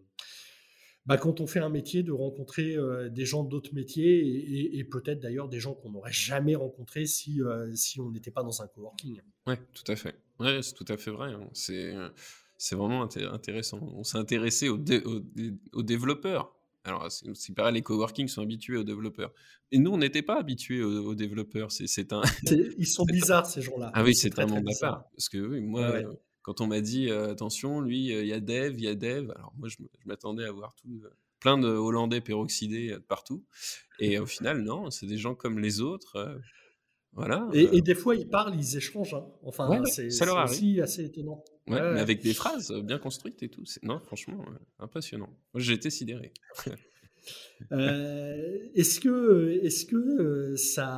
bah, quand on fait un métier, de rencontrer euh, des gens d'autres métiers et, et- et peut-être d'ailleurs des gens qu'on n'aurait jamais rencontrés si, euh, si on n'était pas dans un coworking. ouais, tout à fait. Ouais, c'est tout à fait vrai, hein. C'est, heu, c'est vraiment inté intéressant. On s'est intéressé aux dé aux dé aux développeurs. Alors, c'est ce qui paraît, les coworking sont habitués aux développeurs et nous, on n'était pas habitués aux aux développeurs. C'est c'est un C'est- Ils sont c'est un bizarres, ces gens-là. ah oui, Ils sont c'est très un très monde à bizarres. part parce que oui, Ouais, moi, ouais. quand on m'a dit euh, attention, lui, il y a Dev, il y a Dev. Alors moi, je, je m'attendais à voir tout, euh, plein de Hollandais peroxydés euh, partout. Et au final, non, c'est des gens comme les autres. euh, voilà. Et, euh, et des fois, ils parlent, ils échangent. Hein. ouais, Enfin, ouais, c'est ça leur c'est arrive. aussi assez étonnant. Ouais, Ouais, mais ouais. avec des phrases euh, bien construites et tout. C'est- Non, franchement, euh, impressionnant. Moi, j'ai été sidéré. Euh, est-ce que, est-ce que euh,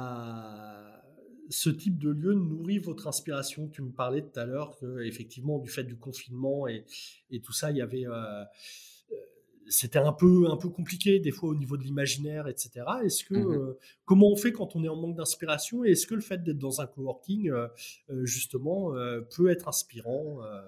ça, ce type de lieu nourrit votre inspiration? Tu me parlais tout à l'heure que, effectivement, du fait du confinement et, et tout ça, il y avait, euh, euh, c'était un peu, un peu compliqué des fois au niveau de l'imaginaire, et cetera. Est-ce que, Mhm. euh, comment on fait quand on est en manque d'inspiration? Et est-ce que le fait d'être dans un coworking, euh, euh, justement, euh, peut être inspirant? euh,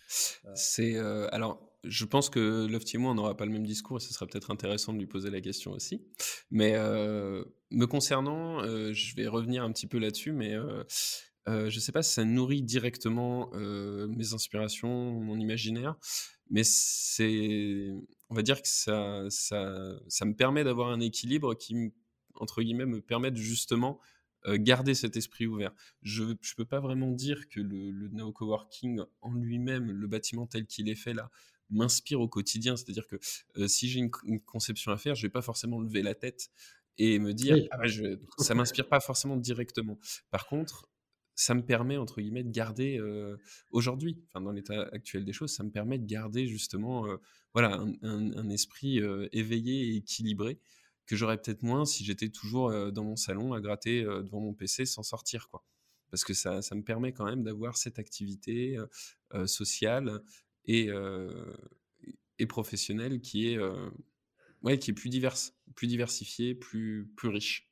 C'est euh, alors, je pense que Lofty et moi, on n'aura pas le même discours et ce sera peut-être intéressant de lui poser la question aussi. Mais euh, me concernant, euh, je vais revenir un petit peu là-dessus, mais euh, euh, je sais pas si ça nourrit directement euh, mes inspirations, mon imaginaire, mais c'est, on va dire que ça, ça, ça me permet d'avoir un équilibre qui, me- entre guillemets, me permet de justement euh, garder cet esprit ouvert. Je ne peux pas vraiment dire que le, le Neo Coworking en lui-même, le bâtiment tel qu'il est fait là, m'inspire au quotidien. C'est-à-dire que euh, si j'ai une, une conception à faire, je vais pas forcément lever la tête et me dire Oui. ah ouais, je, ça m'inspire pas forcément directement. Par contre, ça me permet entre guillemets de garder euh, aujourd'hui, enfin dans l'état actuel des choses, ça me permet de garder justement euh, voilà un, un- un esprit euh, éveillé et équilibré que j'aurais peut-être moins si j'étais toujours euh, dans mon salon à gratter euh, devant mon P C sans sortir, quoi. Parce que ça, ça me permet quand même d'avoir cette activité euh, euh, sociale et, euh, et professionnelle qui est, euh, ouais, qui est plus diverse, plus diversifiée, plus, plus riche.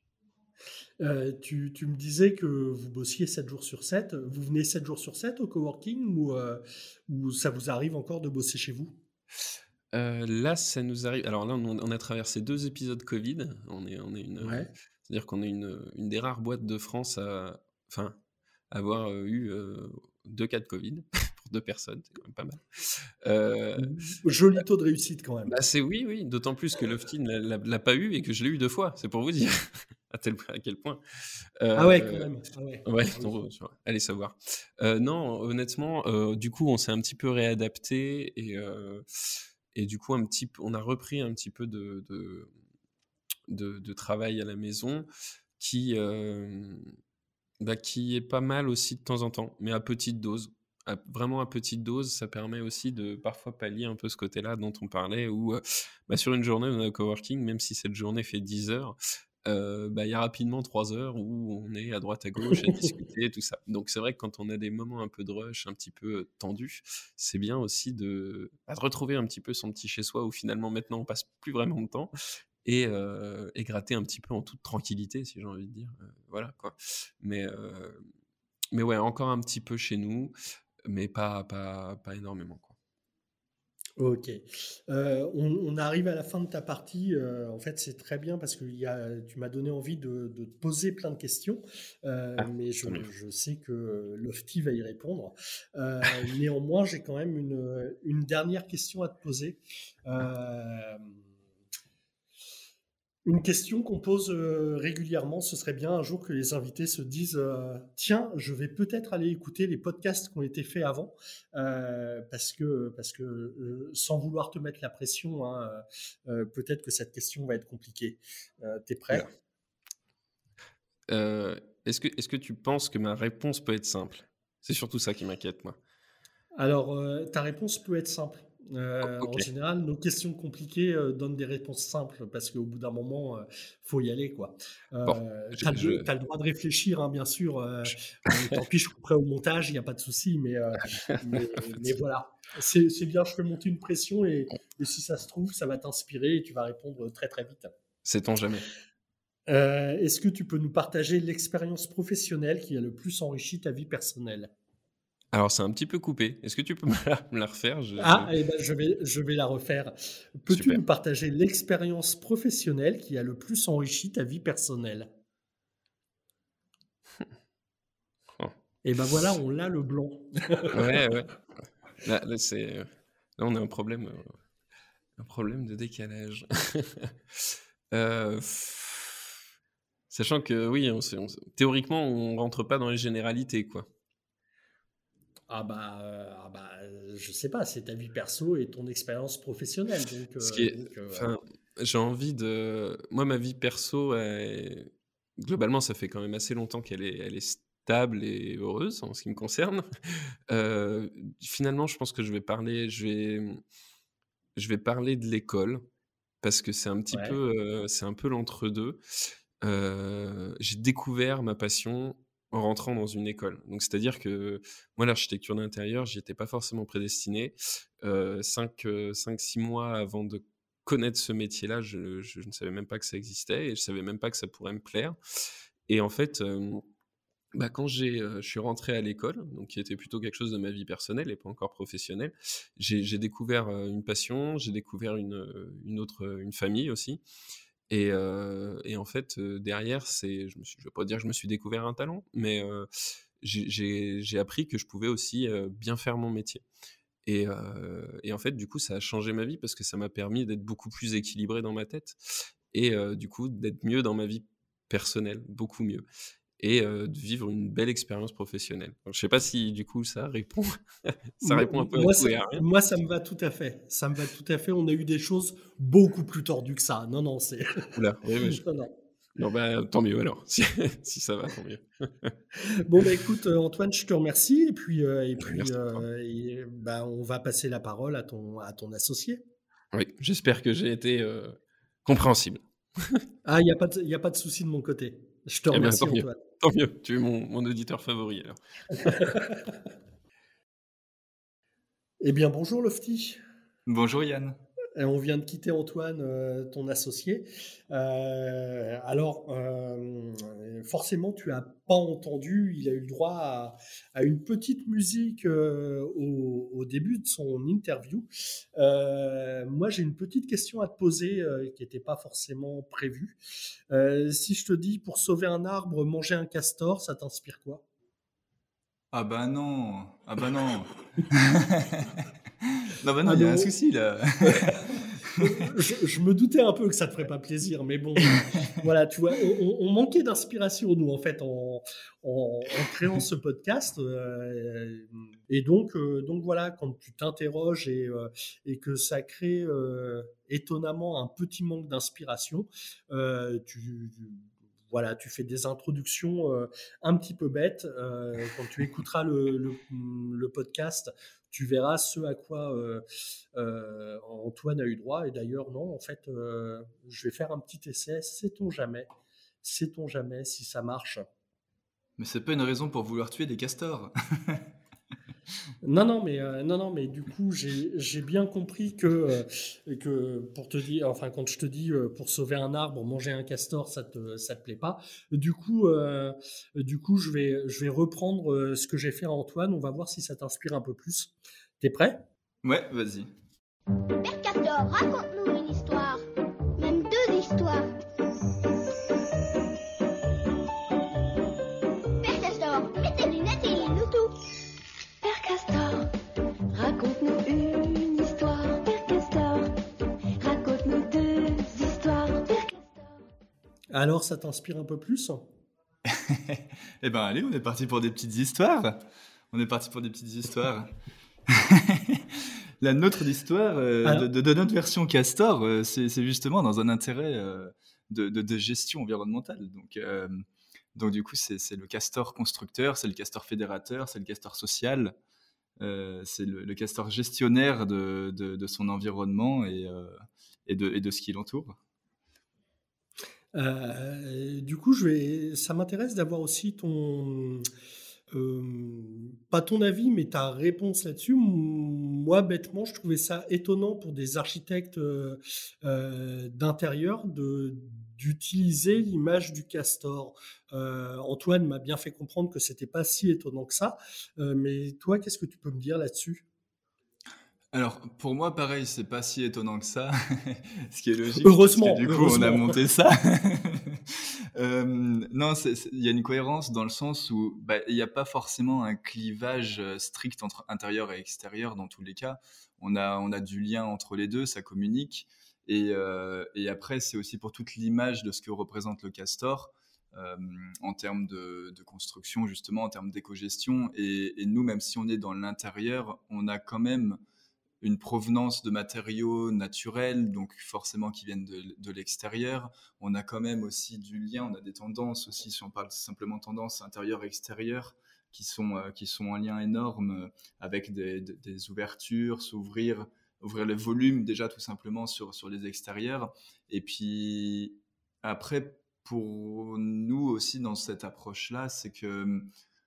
Euh, tu, tu me disais que vous bossiez sept jours sur sept. Vous venez sept jours sur sept au coworking ou, euh, ou ça vous arrive encore de bosser chez vous? Euh, là, ça nous arrive. Alors là, on, on a traversé deux épisodes Covid. On est, on est une, euh, Ouais. c'est-à-dire qu'on est une, une des rares boîtes de France à, enfin, avoir euh, eu euh, deux cas de Covid pour deux personnes, c'est quand même pas mal. Euh, Joli taux de réussite quand même. bah c'est oui, oui, d'autant plus que Lofty ne l'a, l'a- l'a pas eu et que je l'ai eu deux fois. C'est pour vous dire à, tel, à quel point. Ah ouais, quand Euh, même. Ah ouais. ouais, Ah oui. donc, tu vois, allez savoir. Euh, non, honnêtement, euh, du coup, on s'est un petit peu réadapté et, euh, et du coup, un petit, peu- on a repris un petit peu de, de, de, de travail à la maison qui, euh, bah, qui est pas mal aussi de temps en temps, mais à petite dose. À- vraiment à petite dose, ça permet aussi de parfois pallier un peu ce côté-là dont on parlait, où euh, bah, sur une journée, on a un coworking, même si cette journée fait dix heures, euh, bah, il y a rapidement trois heures où on est à droite à gauche à discuter, tout ça. Donc c'est vrai que quand on a des moments un peu de rush, un petit peu tendus, c'est bien aussi de, bah, de retrouver un petit peu son petit chez-soi où finalement maintenant on passe plus vraiment de temps et, euh, et gratter un petit peu en toute tranquillité, si j'ai envie de dire. Euh, voilà quoi. Mais, euh, mais ouais, encore un petit peu chez nous, mais pas, pas, pas énormément, quoi. Ok. Euh, on, on arrive à la fin de ta partie. Euh, en fait, c'est très bien parce que il y a, tu m'as donné envie de, de te poser plein de questions, euh, Ah, mais je, tant mieux. je sais que Lofty va y répondre. Euh, néanmoins, j'ai quand même une, une dernière question à te poser. Euh, Une question qu'on pose euh, régulièrement, ce serait bien un jour que les invités se disent euh, tiens, je vais peut-être aller écouter les podcasts qui ont été faits avant, euh, parce que, parce que euh, sans vouloir te mettre la pression, hein, euh, peut-être que cette question va être compliquée. Euh, T'es Oula. prêt? Euh, est-ce que, est-ce que tu penses que ma réponse peut être simple? C'est surtout ça qui m'inquiète, moi. Alors, euh, ta réponse peut être simple. O- Euh, ok. en général, nos questions compliquées euh, donnent des réponses simples parce qu'au bout d'un moment, euh, faut y aller, quoi. Bon, Euh, je, t'as je, le, t'as le droit de réfléchir, hein, bien sûr. Euh, je- euh, tant pis, je couperai au montage, il n'y a pas de souci, mais, euh, mais, pas de mais souci. voilà. C'est c'est bien, je fais monter une pression et, et si ça se trouve, ça va t'inspirer et tu vas répondre très très vite. Sait-on jamais? Euh, Est-ce que tu peux nous partager l'expérience professionnelle qui a le plus enrichi ta vie personnelle? Alors, c'est un petit peu coupé. Est-ce que tu peux me la, me la refaire? Je, je- Ah, eh ben, je vais, je vais la refaire. Peux-tu Super. nous partager l'expérience professionnelle qui a le plus enrichi ta vie personnelle? Oh. Et ben voilà, on l'a le blanc. Ouais, ouais. Là, là, c'est, là, on a un problème, euh, un problème de décalage. Euh, pff, Sachant que oui, on sait- on sait- théoriquement, on rentre pas dans les généralités, quoi. Ah bah, euh, ah bah, euh, je sais pas, c'est ta vie perso et ton expérience professionnelle. Donc, Ce qui euh, est, donc euh, enfin, j'ai envie de, moi, ma vie perso, elle- globalement, ça fait quand même assez longtemps qu'elle est, elle est stable et heureuse en ce qui me concerne. Euh, Finalement, je pense que je vais parler, je vais, je vais parler de l'école parce que c'est un petit ouais, peu, euh, c'est un peu l'entre-deux. Euh, j'ai découvert ma passion en rentrant dans une école. Donc, c'est-à-dire que moi, l'architecture d'intérieur, j'y étais pas forcément prédestiné. Euh, cinq, euh, cinq, six mois avant de connaître ce métier-là, je, je ne savais même pas que ça existait et je savais même pas que ça pourrait me plaire. Et en fait, euh, bah, quand j'ai, euh, je suis rentré à l'école, donc qui était plutôt quelque chose de ma vie personnelle et pas encore professionnelle, j'ai, j'ai découvert euh, une passion, j'ai découvert une, euh, une autre, euh, une famille aussi. Et, euh, et en fait, euh, derrière, c'est, je me suis, je vais pas dire que je me suis découvert un talent, mais euh, j'ai, j'ai, j'ai appris que je pouvais aussi euh, bien faire mon métier. Et, euh, et en fait, du coup, ça a changé ma vie parce que ça m'a permis d'être beaucoup plus équilibré dans ma tête et euh, du coup d'être mieux dans ma vie personnelle, beaucoup mieux, et euh, de vivre une belle expérience professionnelle. Donc, je sais pas si du coup ça répond, ça Mo- répond un peu à moi, tout ça, et à rien. moi, ça me va tout à fait. Ça me va tout à fait. On a eu des choses beaucoup plus tordues que ça. Non, non, c'est. Oula, oui, mais je- Non, non. non, bah tant mieux alors. Si, si ça va, tant mieux. Bon, bah écoute, euh, Antoine, je te remercie. Et puis, euh, et Bah, puis merci à toi. euh, et, bah, on va passer la parole à ton, à ton associé. Oui, j'espère que j'ai été euh, compréhensible. Ah, il n'y a pas de, y a pas de souci de mon côté. Je te Eh bien, remercie, tant mieux. Antoine. Tant mieux. Tu es mon, mon auditeur favori alors. Eh bien, bonjour, Lofty. Bonjour Yann. Et on vient de quitter Antoine, euh, ton associé. Euh, alors, euh, forcément, tu n'as pas entendu, il a eu le droit à, à une petite musique euh, au, au début de son interview. Euh, moi, j'ai une petite question à te poser euh, qui n'était pas forcément prévue. Euh, si je te dis, pour sauver un arbre, manger un castor, ça t'inspire quoi? Ah bah non, ah bah non. Non bah non, Ah il y a un non, souci là. je, je me doutais un peu que ça te ferait pas plaisir, mais bon, euh, voilà, tu vois, on, on- on manquait d'inspiration, nous, en fait, en, en- en créant ce podcast. euh, et donc, euh, donc voilà, quand tu t'interroges et, euh, et que ça crée euh, étonnamment un petit manque d'inspiration, euh, tu, voilà, tu fais des introductions euh, un petit peu bêtes. Euh, quand tu écouteras le, le, le podcast, tu verras ce à quoi euh, euh, Antoine a eu droit. Et d'ailleurs, non, en fait, euh, je vais faire un petit essai. Sait-on jamais? Sait-on jamais si ça marche? Mais c'est pas une raison pour vouloir tuer des castors. Non, non, mais euh, non, non, mais du coup, j'ai j'ai bien compris que euh, que pour te dire, enfin, quand je te dis euh, pour sauver un arbre, manger un castor, ça te ça te plaît pas. Du coup, euh, du coup, je vais je vais reprendre euh, ce que j'ai fait à Antoine. On va voir si ça t'inspire un peu plus. T'es prêt? Ouais, vas-y. Père Castor, raconte-nous une histoire. Même deux histoires. Père Castor, mets tes lunettes et lis-nous tout. Père Castor, raconte-nous une histoire. Père Castor, raconte-nous deux histoires. Père Castor. Alors, ça t'inspire un peu plus? Eh ben allez, on est parti pour des petites histoires. On est parti pour des petites histoires. La nôtre d'histoire euh, Alors, de, de- de notre version castor, euh, c'est c'est justement dans un intérêt euh, de, de- de gestion environnementale. Donc, euh, donc du coup, c'est c'est le castor constructeur, c'est le castor fédérateur, c'est le castor social. Euh, c'est le, le castor gestionnaire de, de- de son environnement et, euh, et de, et de ce qui l'entoure. Euh, du coup, je vais, ça m'intéresse d'avoir aussi ton, euh, pas ton avis, mais ta réponse là-dessus. Moi, bêtement, je trouvais ça étonnant pour des architectes euh, euh, d'intérieur de d'utiliser l'image du castor. Euh, Antoine m'a bien fait comprendre que c'était pas si étonnant que ça. Euh, mais toi, qu'est-ce que tu peux me dire là-dessus? Alors, pour moi, pareil, c'est pas si étonnant que ça, ce qui est logique, parce que Heureusement, du coup, on a heureusement. monté ça. Euh, non, c'est- c'est- il y a une cohérence dans le sens où bah, il n'y a pas forcément un clivage euh, strict entre intérieur et extérieur dans tous les cas. On a, on a du lien entre les deux, ça communique. Et, euh, et après, c'est aussi pour toute l'image de ce que représente le castor. euh, en termes de, de construction, justement, en termes d'éco-gestion. Et, et nous, même si on est dans l'intérieur, on a quand même une provenance de matériaux naturels, donc forcément qui viennent de, de l'extérieur. On a quand même aussi du lien, on a des tendances aussi, si on parle simplement tendances intérieures-extérieures, qui sont, euh, qui sont en lien énorme euh, avec des, des, des ouvertures, s'ouvrir, ouvrir le volume déjà tout simplement sur, sur les extérieurs. Et puis après, pour nous aussi dans cette approche-là, c'est que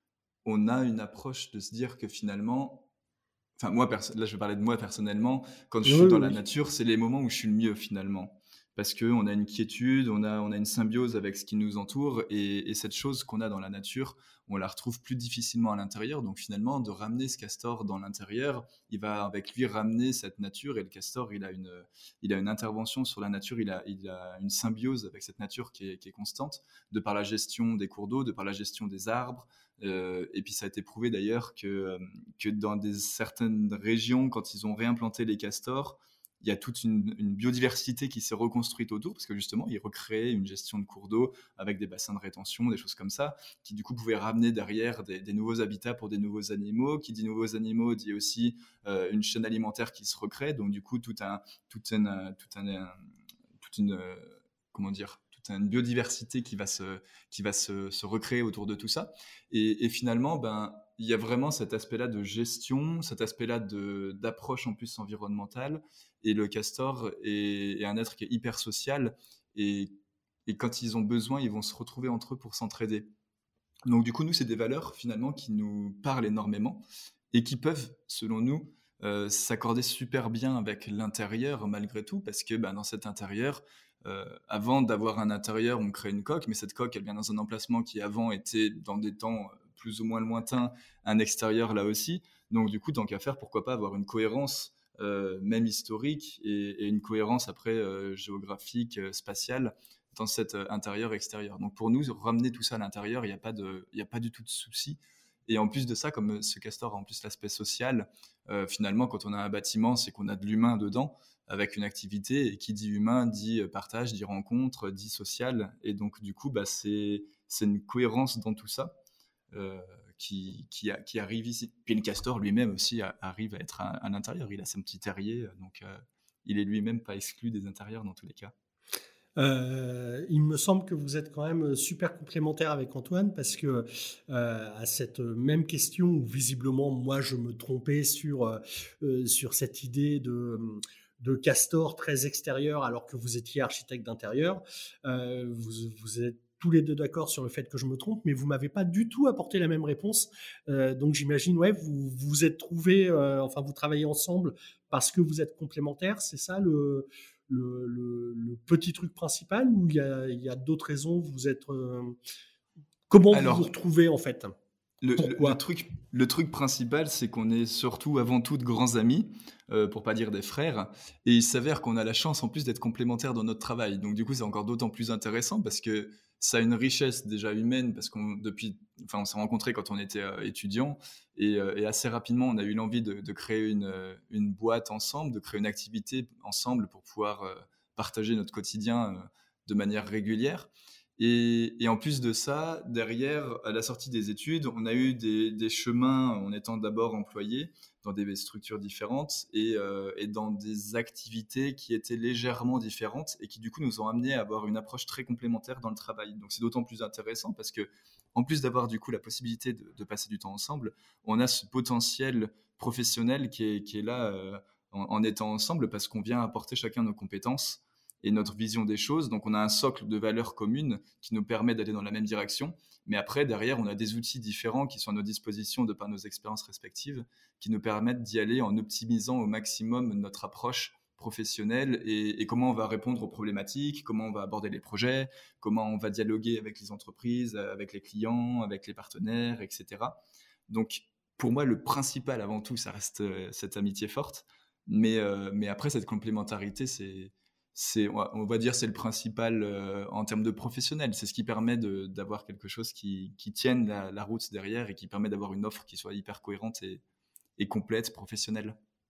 on a une approche de se dire que finalement, enfin moi, perso- là je vais parler de moi personnellement, quand je Oui, suis oui, dans la oui. nature, c'est les moments où je suis le mieux finalement. Parce qu'on a une quiétude, on a, on a une symbiose avec ce qui nous entoure, et, et cette chose qu'on a dans la nature, on la retrouve plus difficilement à l'intérieur. Donc finalement, de ramener ce castor dans l'intérieur, il va avec lui ramener cette nature, et le castor, il a une, il a une intervention sur la nature, il a, il a une symbiose avec cette nature qui est, qui est constante, de par la gestion des cours d'eau, de par la gestion des arbres. Euh, et puis ça a été prouvé d'ailleurs que, euh, que dans des, certaines régions, quand ils ont réimplanté les castors, il y a toute une, une biodiversité qui s'est reconstruite autour, parce que justement, ils recréaient une gestion de cours d'eau avec des bassins de rétention, des choses comme ça, qui du coup pouvaient ramener derrière des, des nouveaux habitats pour des nouveaux animaux. Qui dit nouveaux animaux dit aussi euh, une chaîne alimentaire qui se recrée, donc du coup, tout un, tout un, tout un, un toute une, euh, comment dire, toute une biodiversité qui va se, qui va se, se recréer autour de tout ça. Et, et finalement, ben, il y a vraiment cet aspect-là de gestion, cet aspect-là de, d'approche en plus environnementale. Et le castor est, est un être qui est hyper social. Et, et quand ils ont besoin, ils vont se retrouver entre eux pour s'entraider. Donc du coup, nous, c'est des valeurs finalement qui nous parlent énormément et qui peuvent, selon nous, euh, s'accorder super bien avec l'intérieur malgré tout, parce que ben, dans cet intérieur, euh, avant d'avoir un intérieur, on crée une coque, mais cette coque, elle vient dans un emplacement qui avant était, dans des temps plus ou moins lointains, un extérieur là aussi. Donc du coup, tant qu'à faire, pourquoi pas avoir une cohérence, euh, même historique, et, et une cohérence après euh, géographique, euh, spatiale, dans cet euh, intérieur-extérieur. Donc pour nous, ramener tout ça à l'intérieur, il n'y a pas de, il n'y a pas du tout de souci. Et en plus de ça, comme ce castor a en plus l'aspect social, euh, finalement, quand on a un bâtiment, c'est qu'on a de l'humain dedans, avec une activité, et qui dit humain, dit partage, dit rencontre, dit social. Et donc, du coup, bah, c'est, c'est une cohérence dans tout ça euh, qui, qui, a, qui arrive ici. Puis le castor lui-même aussi a, arrive à être à, à l'intérieur. Il a son petit terrier, donc euh, il est lui-même pas exclu des intérieurs dans tous les cas. Euh, il me semble que vous êtes quand même super complémentaire avec Antoine, parce que euh, à cette même question où visiblement moi je me trompais sur euh, sur cette idée de de castor très extérieur alors que vous étiez architecte d'intérieur, euh, vous, vous êtes tous les deux d'accord sur le fait que je me trompe, mais vous m'avez pas du tout apporté la même réponse. Euh, donc j'imagine, ouais, vous vous êtes trouvés, euh, enfin vous travaillez ensemble parce que vous êtes complémentaires, c'est ça le Le, le, le petit truc principal, ou il y a, il y a d'autres raisons? Vous êtes euh, comment vous vous Alors, retrouvez en fait? Le, le- le Pourquoi? truc, le truc principal, c'est qu'on est surtout avant tout de grands amis, euh, pour pas dire des frères, et il s'avère qu'on a la chance en plus d'être complémentaires dans notre travail. Donc du coup, c'est encore d'autant plus intéressant parce que ça a une richesse déjà humaine, parce qu'on depuis, enfin, on s'est rencontrés quand on était euh, étudiants, et, euh, et assez rapidement, on a eu l'envie de, de créer une, euh, une boîte ensemble, de créer une activité ensemble pour pouvoir euh, partager notre quotidien euh, de manière régulière. Et, et en plus de ça, derrière, à la sortie des études, on a eu des, des chemins en étant d'abord employés dans des structures différentes et, euh, et dans des activités qui étaient légèrement différentes et qui du coup nous ont amenés à avoir une approche très complémentaire dans le travail. Donc c'est d'autant plus intéressant parce que en plus d'avoir du coup la possibilité de, de passer du temps ensemble, on a ce potentiel professionnel qui est, qui est là euh, en, en étant ensemble, parce qu'on vient apporter chacun nos compétences et notre vision des choses. Donc, on a un socle de valeurs communes qui nous permet d'aller dans la même direction. Mais après, derrière, on a des outils différents qui sont à nos dispositions de par nos expériences respectives, qui nous permettent d'y aller en optimisant au maximum notre approche professionnelle et, et comment on va répondre aux problématiques, comment on va aborder les projets, comment on va dialoguer avec les entreprises, avec les clients, avec les partenaires, et cetera. Donc, pour moi, le principal avant tout, ça reste euh, cette amitié forte. Mais, euh, mais après, cette complémentarité, c'est... C'est, on va dire, c'est le principal euh, en termes de professionnel. C'est ce qui permet de, d'avoir quelque chose qui, qui tienne la, la route derrière et qui permet d'avoir une offre qui soit hyper cohérente et, et complète, professionnelle.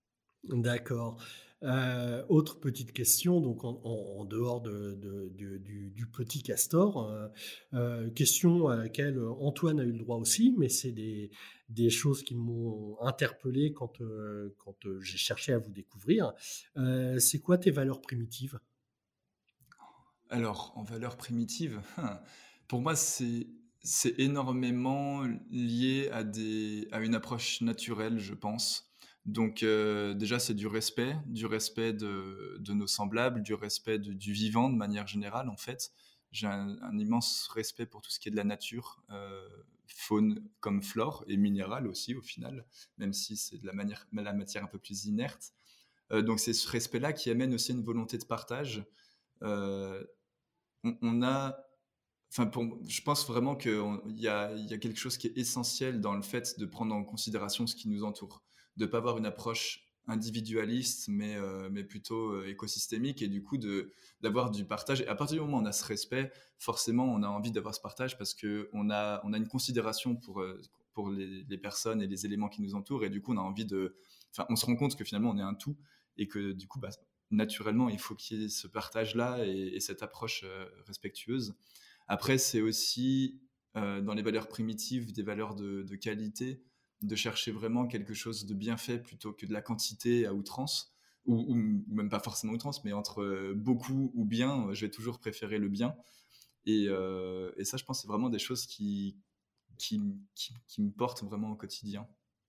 D'accord. Heu, autre petite question, donc en en en dehors de de de du du petit castor, heu heu, question à laquelle Antoine a eu le droit aussi, mais c'est des des choses qui m'ont interpellé quand, heu, quand, heu, j'ai cherché à vous découvrir. Heu, c'est quoi tes valeurs primitives? Alors, en valeurs primitives, hein, pour moi, c'est c'est énormément lié à des à une approche naturelle, je pense. Donc, heu, déjà, c'est du respect, du respect de de nos semblables, du respect de du vivant de manière générale, en fait. J'ai un un immense respect pour tout ce qui est de la nature, heu, faune comme flore et minérale aussi, au final, même si c'est de la manière la matière un peu plus inerte. Heu, donc c'est ce respect-là qui amène aussi une volonté de partage. Heu, on, on a, enfin pour, je pense vraiment qu'il y a, il y a quelque chose qui est essentiel dans le fait de prendre en considération ce qui nous entoure, de ne pas avoir une approche individualiste, mais, euh, mais plutôt euh, écosystémique, et du coup de, d'avoir du partage. Et à partir du moment où on a ce respect, forcément on a envie d'avoir ce partage parce qu'on a, on a une considération pour, euh, pour les, les personnes et les éléments qui nous entourent, et du coup on a envie de... Enfin, on se rend compte que finalement on est un tout, et que du coup, bah, naturellement, il faut qu'il y ait ce partage-là et, et cette approche euh, respectueuse. Après, c'est aussi euh, dans les valeurs primitives des valeurs de, de qualité, de chercher vraiment quelque chose de bien fait plutôt que de la quantité à outrance, ou, ou même pas forcément outrance, mais entre euh, beaucoup ou bien, je vais toujours préférer le bien. Et, euh, et ça, je pense, c'est vraiment des choses qui, qui, qui, qui me portent vraiment au quotidien.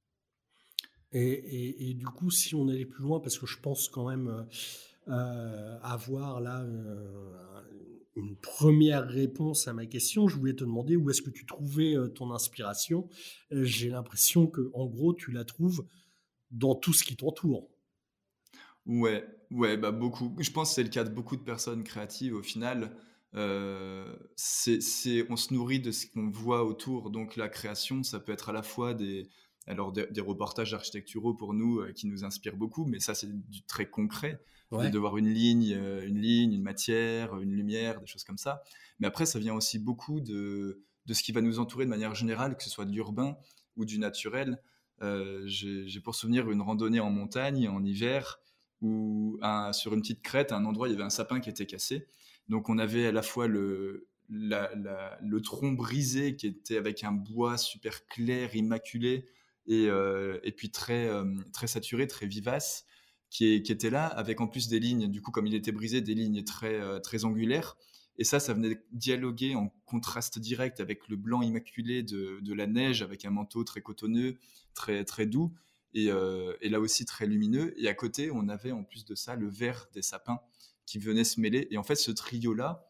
Et, et, et du coup, si on allait plus loin, parce que je pense quand même euh, euh, avoir là euh, une première réponse à ma question, je voulais te demander où est-ce que tu trouvais euh, ton inspiration. Euh, J'ai l'impression que, en gros, tu la trouves dans tout ce qui t'entoure. Ouais, ouais, bah beaucoup. Je pense que c'est le cas de beaucoup de personnes créatives au final. Euh, c'est, c'est, on se nourrit de ce qu'on voit autour. Donc la création, ça peut être à la fois des, alors des, des reportages architecturaux pour nous euh, qui nous inspirent beaucoup, mais ça c'est du très concret, de, Ouais. de voir une ligne, euh, une ligne, une matière, une lumière, des choses comme ça. Mais après, ça vient aussi beaucoup de, de ce qui va nous entourer de manière générale, que ce soit de l'urbain ou du naturel. Euh, j'ai, j'ai pour souvenir une randonnée en montagne en hiver où un- sur une petite crête, à un endroit, il y avait un sapin qui était cassé. Donc on avait à la fois le, la- la- le tronc brisé qui était avec un bois super clair, immaculé, et, euh, et puis très, euh, très saturé, très vivace, qui, est- qui était là, avec en plus des lignes, du coup comme il était brisé, des lignes très, euh, très angulaires. Et ça, ça venait dialoguer en contraste direct avec le blanc immaculé de, de la neige, avec un manteau très cotonneux, très, très doux et, euh, et là aussi très lumineux. Et à côté, on avait en plus de ça le vert des sapins qui venait se mêler. Et en fait, ce trio-là,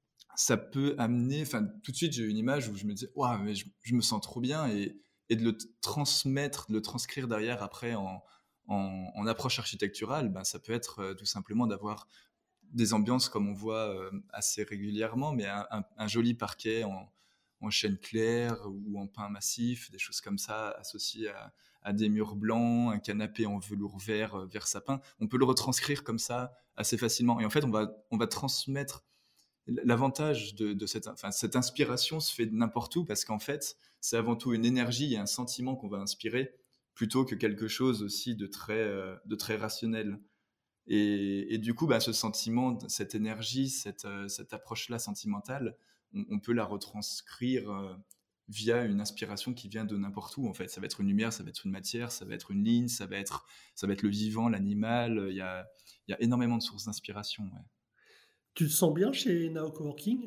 ça peut amener. Enfin, tout de suite, j'ai eu une image où je me disais, waouh, mais je, je me sens trop bien. Et, et de le transmettre, de le transcrire derrière après en, en, en approche architecturale, ben, ça peut être euh, tout simplement d'avoir des ambiances comme on voit euh, assez régulièrement, mais un, un, un joli parquet en, en chêne clair ou en pin massif, des choses comme ça associées à, à des murs blancs, un canapé en velours vert, euh, vert sapin. On peut le retranscrire comme ça assez facilement. Et en fait, on va, on va transmettre l'avantage de, de cette, enfin, cette inspiration se fait n'importe où parce qu'en fait, c'est avant tout une énergie et un sentiment qu'on va inspirer plutôt que quelque chose aussi de très, euh, de très rationnel. Et, et du coup, bah, ce sentiment, cette énergie, cette, euh, cette approche-là sentimentale, on, on peut la retranscrire euh, via une inspiration qui vient de n'importe où. En fait, ça va être une lumière, ça va être une matière, ça va être une ligne, ça va être, ça va être le vivant, l'animal. Il y a, il y a énormément de sources d'inspiration. Ouais. Tu te sens bien chez Nao Coworking?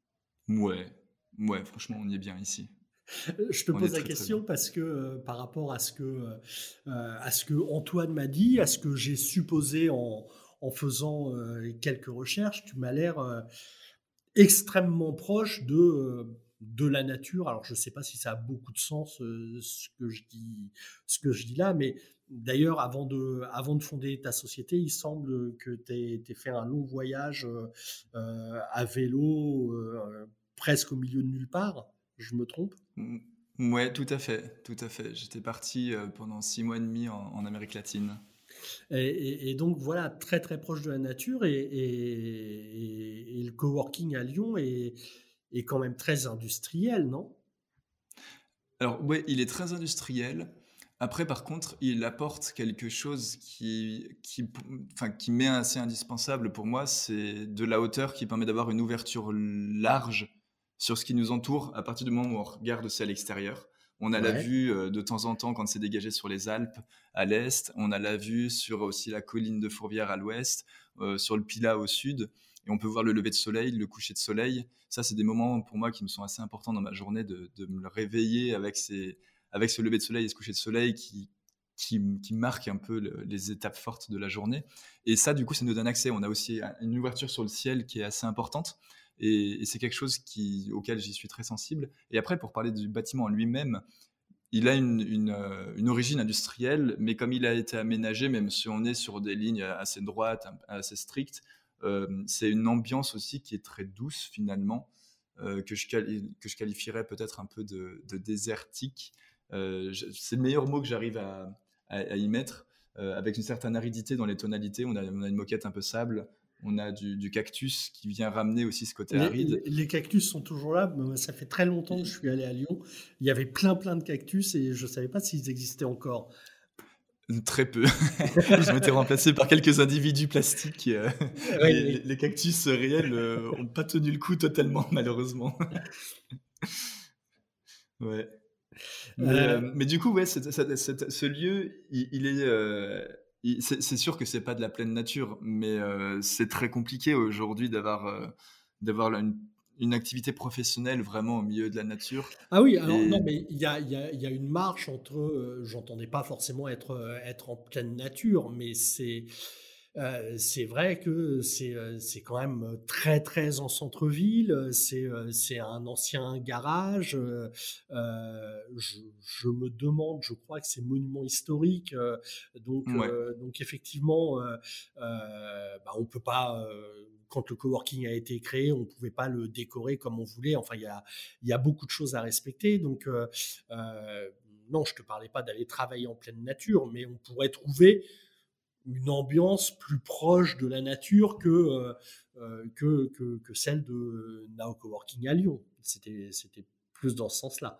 Ouais, ouais, franchement, on y est bien ici. Je te On est pose la très très bien. question parce que euh, par rapport à ce que euh, à ce que Antoine m'a dit, à ce que j'ai supposé en, en faisant euh, quelques recherches, tu m'as l'air euh, extrêmement proche de euh, de la nature. Alors je ne sais pas si ça a beaucoup de sens euh, ce que je dis ce que je dis là, mais d'ailleurs avant de avant de fonder ta société, il semble que tu aies fait un long voyage euh, euh, à vélo euh, presque au milieu de nulle part. Je me trompe? Mm, ouais, tout à fait, tout à fait. J'étais parti euh, pendant six mois et demi en, en Amérique latine. Et, et- et donc voilà, très très proche de la nature et, et- et- et le coworking à Lyon est, est quand même très industriel, non? Alors, ouais, il est très industriel. Après, par contre, il apporte quelque chose qui, qui, enfin, qui m'est assez indispensable pour moi, c'est de la hauteur qui permet d'avoir une ouverture large sur ce qui nous entoure à partir du moment où on regarde aussi à l'extérieur. On a la Ouais. vue euh, de temps en temps quand c'est dégagé sur les Alpes à l'est, on a la vue sur aussi la colline de Fourvière à l'ouest, euh, sur le Pilat au sud, et on peut voir le lever de soleil, le coucher de soleil. Ça, c'est des moments pour moi qui me sont assez importants dans ma journée, de, de me réveiller avec ces avec ce lever de soleil et ce coucher de soleil qui, qui, qui marquent un peu le, les étapes fortes de la journée. Et ça, du coup, ça nous donne accès. On a aussi une ouverture sur le ciel qui est assez importante. Et, et c'est quelque chose qui, auquel j'y suis très sensible. Et après, pour parler du bâtiment en lui-même, il a une, une, une origine industrielle, mais comme il a été aménagé, même si on est sur des lignes assez droites, assez strictes, euh, c'est une ambiance aussi qui est très douce finalement, euh, que, je quali- que je qualifierais peut-être un peu de, de désertique. Euh, je- c'est le meilleur mot que j'arrive à, à- à y mettre, euh, avec une certaine aridité dans les tonalités. On a, on a une moquette un peu sable, on a du, du cactus qui vient ramener aussi ce côté Les, aride. les- les cactus sont toujours là. mais Ça fait très longtemps que je suis allé à Lyon. Il y avait plein plein de cactus et je savais pas s'ils existaient encore. Très peu. Ils ont été remplacés par quelques individus plastiques. euh, Oui, les, les- oui. les cactus réels n'ont pas tenu le coup totalement, malheureusement. Ouais. Mais, Euh, euh, mais du coup, ouais, c'est- c'est- c'est- ce lieu, il, il est, euh, il- c'est c'est sûr que c'est pas de la pleine nature, mais euh, c'est très compliqué aujourd'hui d'avoir euh, d'avoir là une, une activité professionnelle vraiment au milieu de la nature. Ah oui, alors non, Et mais il y a, il y a- il y a une marche entre. Euh, j'entendais pas forcément être, euh, être en pleine nature, mais c'est euh, c'est vrai que c'est euh, c'est quand même très très en centre-ville. euh, C'est euh, c'est un ancien garage. euh, euh, je, je me demande, je crois que c'est monument historique. euh, donc ouais, euh, donc effectivement, euh, euh, bah, on peut pas. euh, quand le coworking a été créé, on pouvait pas le décorer comme on voulait. Enfin, il y a il y a beaucoup de choses à respecter. Donc, euh, euh, non, je te parlais pas d'aller travailler en pleine nature, mais on pourrait trouver une ambiance plus proche de la nature que, euh, euh, que, que, que celle de Now Coworking à Lyon. C'était, c'était plus dans ce sens-là.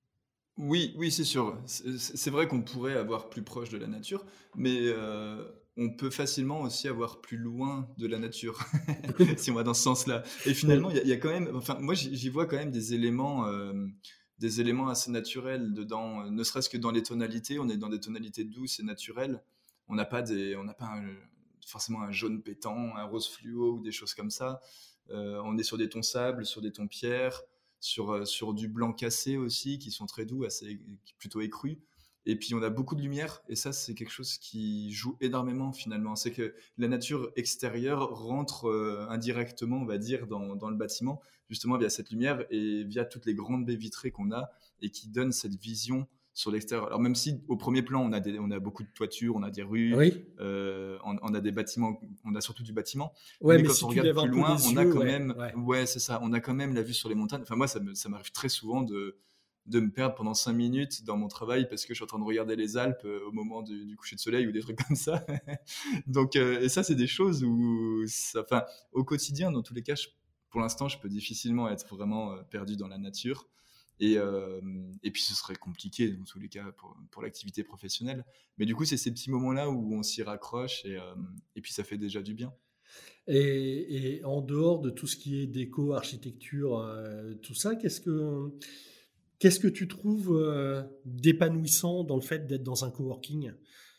oui, oui, c'est sûr. C'est c'est vrai qu'on pourrait avoir plus proche de la nature, mais euh, on peut facilement aussi avoir plus loin de la nature, si on va dans ce sens-là. Et finalement, il y, a il y a quand même, enfin, moi, j'y j'y vois quand même des éléments, euh, des éléments assez naturels dedans. Ne serait-ce que dans les tonalités, on est dans des tonalités douces et naturelles. On n'a pas des, on n'a pas un- forcément un jaune pétant, un rose fluo ou des choses comme ça. Euh, on est sur des tons sable, sur des tons pierre, sur, euh, sur du blanc cassé aussi, qui sont très doux, assez, plutôt écrus. Et puis on a beaucoup de lumière, et ça c'est quelque chose qui joue énormément finalement. C'est que la nature extérieure rentre euh, indirectement, on va dire, dans, dans le bâtiment, justement via cette lumière et via toutes les grandes baies vitrées qu'on a, et qui donnent cette vision sur l'extérieur. Alors même si au premier plan on a, des, on a beaucoup de toitures, on a des rues, Oui. euh, on, on a des bâtiments, on a surtout du bâtiment, Ouais, mais mais quand si on tu regarde lèves un plus peu loin, les on a yeux, quand ouais, même, ouais. ouais, c'est ça, on a quand même la vue sur les montagnes. Enfin, moi, ça me- ça m'arrive très souvent de, de me perdre pendant cinq minutes dans mon travail parce que je suis en train de regarder les Alpes euh, au moment du, du coucher de soleil ou des trucs comme ça. Donc, euh, et ça, c'est des choses où, ça- enfin, au quotidien, dans tous les cas, je- pour l'instant, je peux difficilement être vraiment euh, perdu dans la nature. Et, euh, et puis, ce serait compliqué dans tous les cas pour, pour l'activité professionnelle. Mais du coup, c'est ces petits moments-là où on s'y raccroche et, euh, et puis ça fait déjà du bien. Et, et en dehors de tout ce qui est déco, architecture, euh, tout ça, qu'est-ce que, qu'est-ce que tu trouves euh, d'épanouissant dans le fait d'être dans un coworking?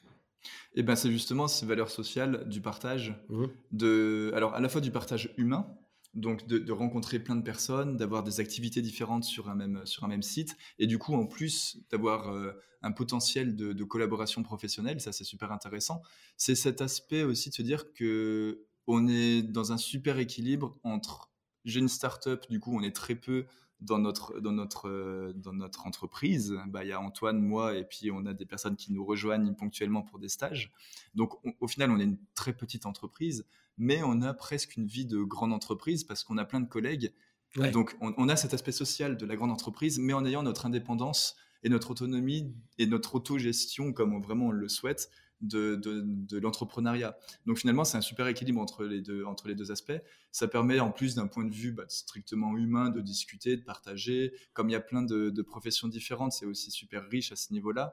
Et ben c'est justement ces valeurs sociales du partage, Mhm. de, alors à la fois du partage humain, donc de, de rencontrer plein de personnes, d'avoir des activités différentes sur un même, sur un même site, et du coup en plus d'avoir euh, un potentiel de, de collaboration professionnelle, ça c'est super intéressant. C'est cet aspect aussi de se dire que on est dans un super équilibre entre, j'ai une start-up, du coup on est très peu dans notre, dans notre, euh, dans notre entreprise. Bah, il y a Antoine, moi, et puis on a des personnes qui nous rejoignent ponctuellement pour des stages. Donc, on- au final, on est une très petite entreprise, mais on a presque une vie de grande entreprise parce qu'on a plein de collègues. Ouais. Donc, on, on a cet aspect social de la grande entreprise, mais en ayant notre indépendance et notre autonomie et notre autogestion, comme on, vraiment on le souhaite, de, de, de l'entrepreneuriat. Donc, finalement, c'est un super équilibre entre les deux, entre les deux aspects. Ça permet, en plus d'un point de vue bah, strictement humain, de discuter, de partager. Comme il y a plein de, de professions différentes, c'est aussi super riche à ce niveau-là.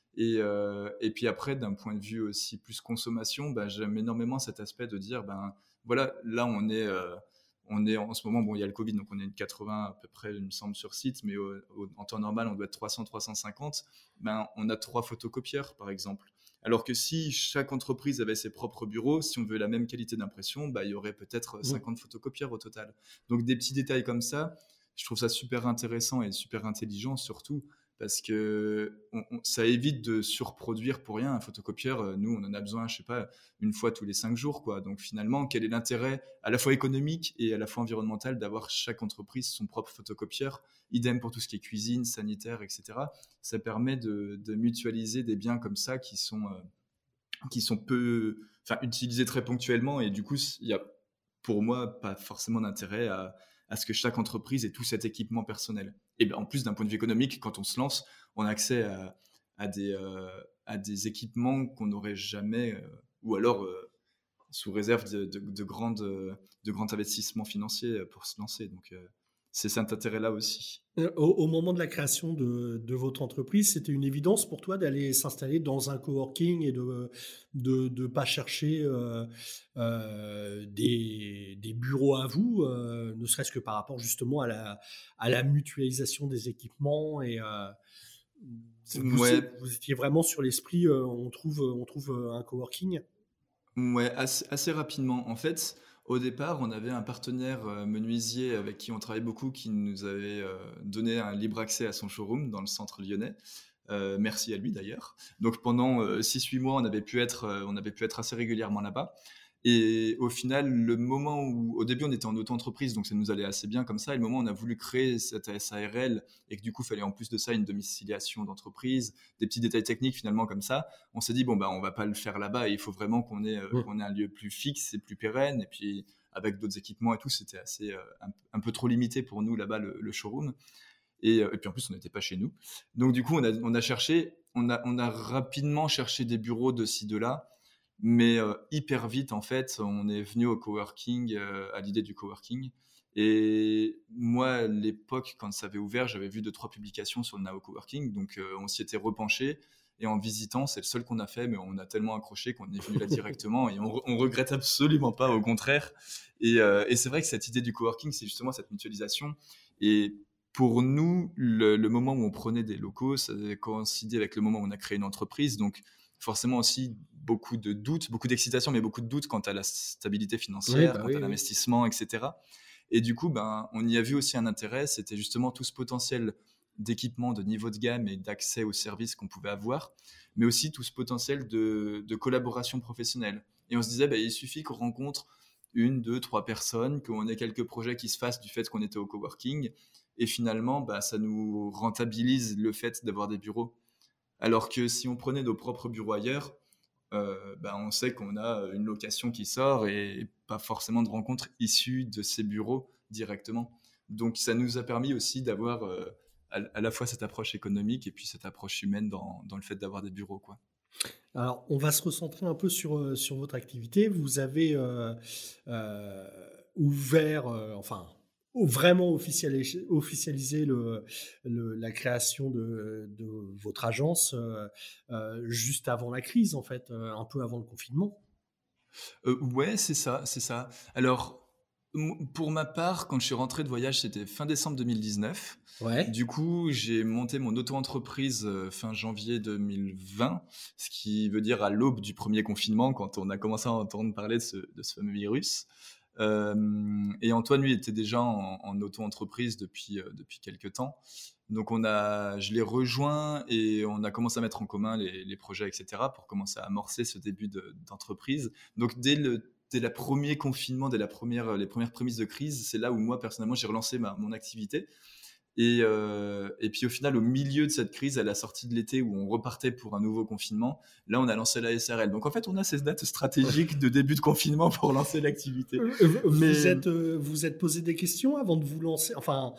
Et, euh, et puis après, d'un point de vue aussi plus consommation, bah, j'aime énormément cet aspect de dire, ben voilà, là on est, euh, on est en ce moment, bon il y a le Covid, donc on est une quatre-vingts à peu près, il me semble, sur site, mais au- au- en temps normal on doit être trois cents, trois cent cinquante, ben on a trois photocopieurs par exemple. Alors que si chaque entreprise avait ses propres bureaux, si on veut la même qualité d'impression, bah, il y aurait peut-être Oui. cinquante photocopieurs au total. Donc des petits détails comme ça, je trouve ça super intéressant et super intelligent surtout, parce que on- on- ça évite de surproduire pour rien. Un photocopieur, euh, nous, on en a besoin, je sais pas, une fois tous les cinq jours, quoi. Donc finalement, quel est l'intérêt à la fois économique et à la fois environnemental d'avoir chaque entreprise son propre photocopieur? Idem pour tout ce qui est cuisine, sanitaire, et cetera. Ça permet de, de mutualiser des biens comme ça qui sont, euh, qui sont peu, enfin, utilisés très ponctuellement, et du coup, il y a pour moi pas forcément d'intérêt à, à ce que chaque entreprise ait tout cet équipement personnel. Et ben, en plus, d'un point de vue économique, quand on se lance, on a accès à, à des, euh, à des équipements qu'on n'aurait jamais, euh, ou alors euh, sous réserve de, de, de, grandes, de grands investissements financiers pour se lancer. Donc, euh, c'est cet intérêt-là aussi. Euh, Au, au moment de la création de, de votre entreprise, c'était une évidence pour toi d'aller s'installer dans un coworking et de de, de pas chercher euh, euh, des, des bureaux à vous, euh, ne serait-ce que par rapport justement à la, à la mutualisation des équipements et euh, vous, Ouais, vous étiez vraiment sur l'esprit, euh, on trouve, on trouve euh, un coworking. Ouais, assez, assez rapidement. En fait, au départ, on avait un partenaire euh, menuisier avec qui on travaille beaucoup, qui nous avait euh, donné un libre accès à son showroom dans le centre lyonnais. Euh, merci à lui d'ailleurs. Donc pendant six huit mois, on avait pu être, euh, on avait pu être assez régulièrement là-bas. Et au final, le moment où, au début, on était en auto-entreprise, donc ça nous allait assez bien comme ça. Et le moment où on a voulu créer cette S A R L et que du coup, il fallait en plus de ça une domiciliation d'entreprise, des petits détails techniques finalement comme ça, on s'est dit, bon, bah, on va pas le faire là-bas. Il faut vraiment qu'on ait, euh, Mm. qu'on ait un lieu plus fixe et plus pérenne. Et puis, avec d'autres équipements et tout, c'était assez, euh, un, un peu trop limité pour nous là-bas, le, le showroom. Et, euh, et puis en plus, on n'était pas chez nous. Donc du coup, on a, on a cherché, on a, on a rapidement cherché des bureaux de ci, de là. Mais euh, hyper vite, en fait, on est venu au coworking, euh, à l'idée du coworking. Et moi, à l'époque, quand ça avait ouvert, j'avais vu deux, trois publications sur le Nao Coworking. Donc, euh, on s'y était repenché. Et en visitant, c'est le seul qu'on a fait, mais on a tellement accroché qu'on est venu là directement. Et on, re- on regrette absolument pas, au contraire. Et, euh, et c'est vrai que cette idée du coworking, c'est justement cette mutualisation. Et pour nous, le, le moment où on prenait des locaux, ça avait coïncidé avec le moment où on a créé une entreprise. Donc, forcément aussi beaucoup de doutes, beaucoup d'excitation, mais beaucoup de doutes quant à la stabilité Oui, financière, bah quant oui, à oui. l'investissement, et cetera. Et du coup, ben, on y a vu aussi un intérêt, c'était justement tout ce potentiel d'équipement, de niveau de gamme et d'accès aux services qu'on pouvait avoir, mais aussi tout ce potentiel de, de collaboration professionnelle. Et on se disait, ben, il suffit qu'on rencontre une, deux, trois personnes, qu'on ait quelques projets qui se fassent du fait qu'on était au coworking, et finalement, ben, ça nous rentabilise le fait d'avoir des bureaux. Alors que si on prenait nos propres bureaux ailleurs, euh, bah, on sait qu'on a une location qui sort et pas forcément de rencontres issues de ces bureaux directement. Donc ça nous a permis aussi d'avoir euh, à, à la fois cette approche économique et puis cette approche humaine dans, dans le fait d'avoir des bureaux, quoi. Alors, on va se recentrer un peu sur, euh, sur votre activité. Vous avez euh, euh, ouvert, euh, enfin, ou- vraiment officialisé, officialisé le, le- la création de, de votre agence euh, euh, juste avant la crise, en fait, euh, un peu avant le confinement. Euh, ouais, c'est ça, c'est ça. Alors, m- pour ma part, quand je suis rentré de voyage, c'était fin décembre deux mille dix-neuf. Ouais. Du coup, j'ai monté mon auto-entreprise euh, fin janvier deux mille vingt, ce qui veut dire à l'aube du premier confinement, quand on a commencé à entendre parler de ce, de ce fameux virus. Euh, et Antoine, lui, était déjà en, en auto-entreprise depuis, euh, depuis quelques temps. Donc, on a, je l'ai rejoint et on a commencé à mettre en commun les, les projets, et cetera, pour commencer à amorcer ce début de- d'entreprise. Donc, dès le, dès le premier confinement, dès la première, les premières prémices de crise, c'est là où moi, personnellement, j'ai relancé ma, mon activité. Et, euh, et puis au final, au milieu de cette crise, à la sortie de l'été où on repartait pour un nouveau confinement, là on a lancé la S R L. Donc en fait, on a ces dates stratégiques de début de confinement pour lancer l'activité. Euh, Vous Mais vous êtes, euh, vous êtes posé des questions avant de vous lancer. Enfin,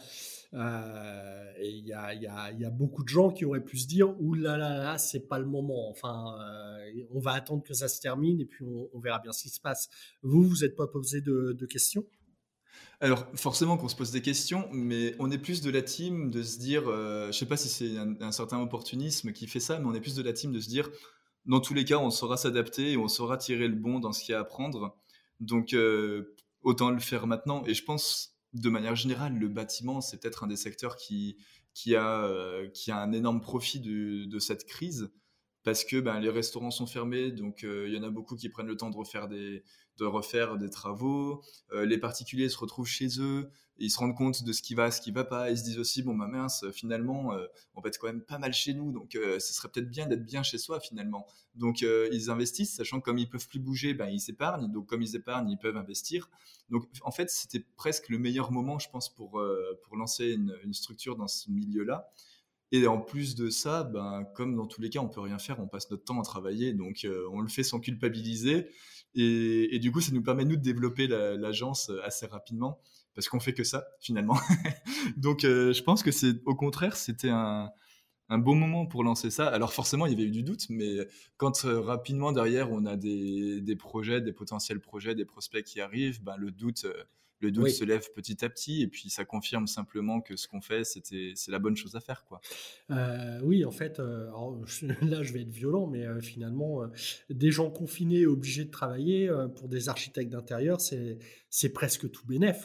euh, et il y a, il y a- il y a beaucoup de gens qui auraient pu se dire, ouh là là là, c'est pas le moment. Enfin, euh, on va attendre que ça se termine et puis on, on verra bien ce qui se passe. Vous, vous n'êtes pas posé de, de questions? Alors, forcément qu'on se pose des questions, mais on est plus de la team de se dire, heu, je sais pas si c'est un un certain opportunisme qui fait ça, mais on est plus de la team de se dire: «Dans tous les cas, on saura s'adapter et on saura tirer le bon dans ce qu'il y a à prendre, donc heu, autant le faire maintenant» et je pense, de manière générale, le bâtiment, c'est peut-être un des secteurs qui qui a, heu, qui a un énorme profit de de cette crise parce que, ben, les restaurants sont fermés, donc heu, il y en a beaucoup qui prennent le temps de refaire des de refaire des travaux. Heu, les particuliers se retrouvent chez eux, ils se rendent compte de ce qui va, ce qui va pas. Ils se disent aussi: «Bon, bah, mince, finalement, heu, on peut être quand même pas mal chez nous, donc heu, ce serait peut-être bien d'être bien chez soi, finalement». Donc heu, ils investissent, sachant que comme ils peuvent plus bouger, ben, ils s'épargnent. Donc comme ils épargnent, ils peuvent investir. Donc en fait, c'était presque le meilleur moment, je pense, pour, heu, pour lancer une une structure dans ce milieu-là et en plus de ça, ben, comme dans tous les cas, on peut rien faire, on passe notre temps à travailler, donc heu, on le fait sans culpabiliser et et du coup, ça nous permet, nous, de développer la l'agence, heu, assez rapidement parce qu'on fait que ça, finalement. Donc heu, je pense que c'est au contraire, c'était un un bon moment pour lancer ça. Alors forcément, il y avait eu du doute, mais quand, heu, rapidement derrière, on a des des projets, des potentiels projets, des prospects qui arrivent, ben, le doute, heu, le doute se Oui. lève petit à petit et puis ça confirme simplement que ce qu'on fait, c'était c'est la bonne chose à faire, quoi. Heu, oui, en fait, heu, alors je là, je vais être violent, mais heu, finalement, heu, des gens confinés, obligés de travailler, heu, pour des architectes d'intérieur, c'est c'est presque tout bénef.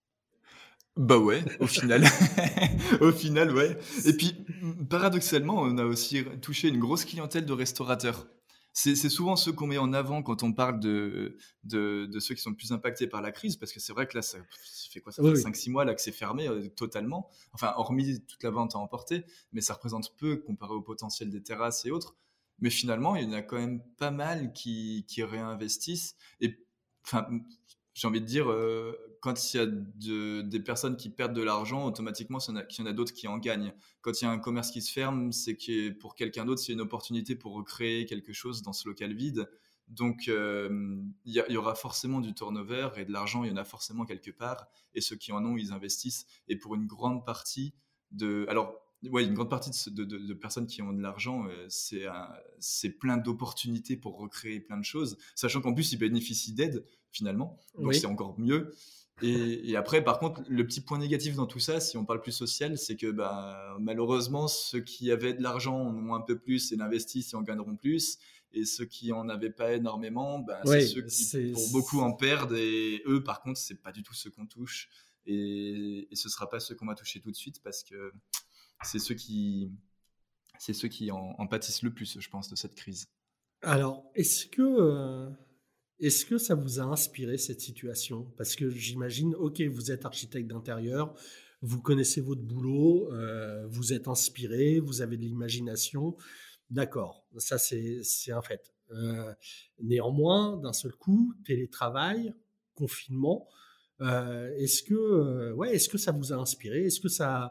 Bah, ouais, au final. Au final, ouais et C puis, mmh, paradoxalement, on a aussi r touché une grosse clientèle de restaurateurs. C'est c'est souvent ceux qu'on met en avant quand on parle de de de ceux qui sont le plus impactés par la crise, parce que c'est vrai que là, ça ça fait quoi? Ça Oui, fait oui. cinq six mois là que c'est fermé, heu, totalement. Enfin, hormis toute la vente à emporter, mais ça représente peu comparé au potentiel des terrasses et autres. Mais finalement, il y en a quand même pas mal qui qui réinvestissent et enfin, mmh, j'ai envie de dire, heu, quand il y a de des personnes qui perdent de l'argent, automatiquement, s'il y en a qu'il y en a d'autres qui en gagnent. Quand il y a un commerce qui se ferme, c'est que pour quelqu'un d'autre, c'est une opportunité pour recréer quelque chose dans ce local vide. Donc, hem, il y a il y aura forcément du turnover et de l'argent, il y en a forcément quelque part et ceux qui en ont, ils investissent et pour une grande partie de alors, ouais, une grande partie de ce de de de personnes qui ont de l'argent, heu, c'est un c'est plein d'opportunités pour recréer plein de choses, sachant qu'en plus, ils bénéficient d'aides, finalement, donc c'est Oui. encore mieux et et après, par contre, le petit point négatif dans tout ça, si on parle plus social, c'est que, bah, malheureusement, ceux qui avaient de l'argent en ont un peu plus et l'investissent et en gagneront plus et ceux qui en avaient pas énormément, bah, c'est Oui, ceux qui, c'est pour beaucoup, en perdent et eux, par contre, c'est pas du tout ceux qu'on touche et et ce sera pas ceux qu'on va toucher tout de suite parce que c'est ceux qui c'est ceux qui en en pâtissent le plus, je pense, de cette crise. alors, est-ce que, heu, est-ce que ça vous a inspiré cette situation? Parce que j'imagine, OK, vous êtes architecte d'intérieur, vous connaissez votre boulot, heu, vous êtes inspiré, vous avez de l'imagination. D'accord, ça c'est c'est un fait. Heu, néanmoins, d'un seul coup, télétravail, confinement, heu, est-ce que, heu, ouais, est-ce que ça vous a inspiré? Est-ce que ça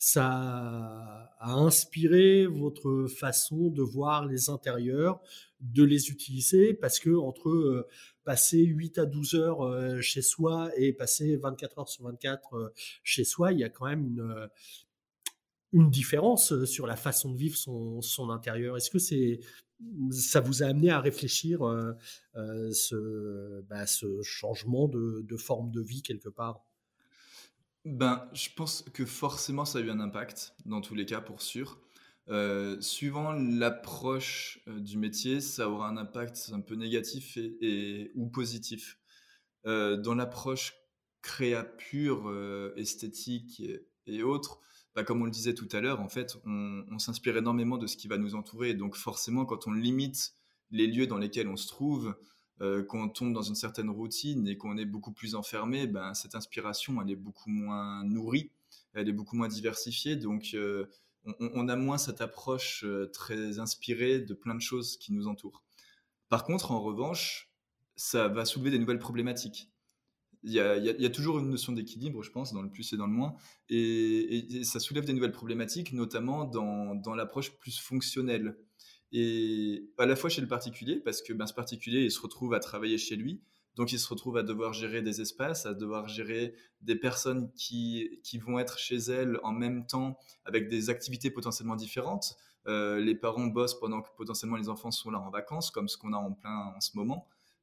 ça a inspiré votre façon de voir les intérieurs, de les utiliser? Parce qu'entre, heu, passer huit à douze heures, heu, chez soi et passer vingt-quatre heures sur vingt-quatre, heu, chez soi, il y a quand même une, heu, une différence, heu, sur la façon de vivre son son intérieur. Est-ce que c'est ça vous a amené à réfléchir, heu heu, ce bah, ce changement de de forme de vie quelque part? Ben, je pense que forcément ça a eu un impact, dans tous les cas pour sûr. Heu, suivant l'approche, heu, du métier, ça aura un impact un peu négatif et et ou positif. Heu, dans l'approche créa pure, heu, esthétique et et autres, bah, comme on le disait tout à l'heure, en fait, on on s'inspire énormément de ce qui va nous entourer. Donc forcément, quand on limite les lieux dans lesquels on se trouve, heu, quand on tombe dans une certaine routine et qu'on est beaucoup plus enfermé, ben, cette inspiration, elle est beaucoup moins nourrie, elle est beaucoup moins diversifiée. Donc heu, on on on a moins cette approche, heu, très inspirée de plein de choses qui nous entourent. Par contre, en revanche, ça va soulever des nouvelles problématiques. Il y a, il y a- il y a toujours une notion d'équilibre, je pense, dans le plus et dans le moins, et, et- et ça soulève des nouvelles problématiques, notamment dans, dans l'approche plus fonctionnelle. Et à la fois chez le particulier, parce que ben, ce particulier, il se retrouve à travailler chez lui, donc il se retrouve à devoir gérer des espaces, à devoir gérer des personnes qui, qui vont être chez elles en même temps, avec des activités potentiellement différentes. Euh, les parents bossent pendant que potentiellement les enfants sont là en vacances, comme ce qu'on a en plein en ce moment.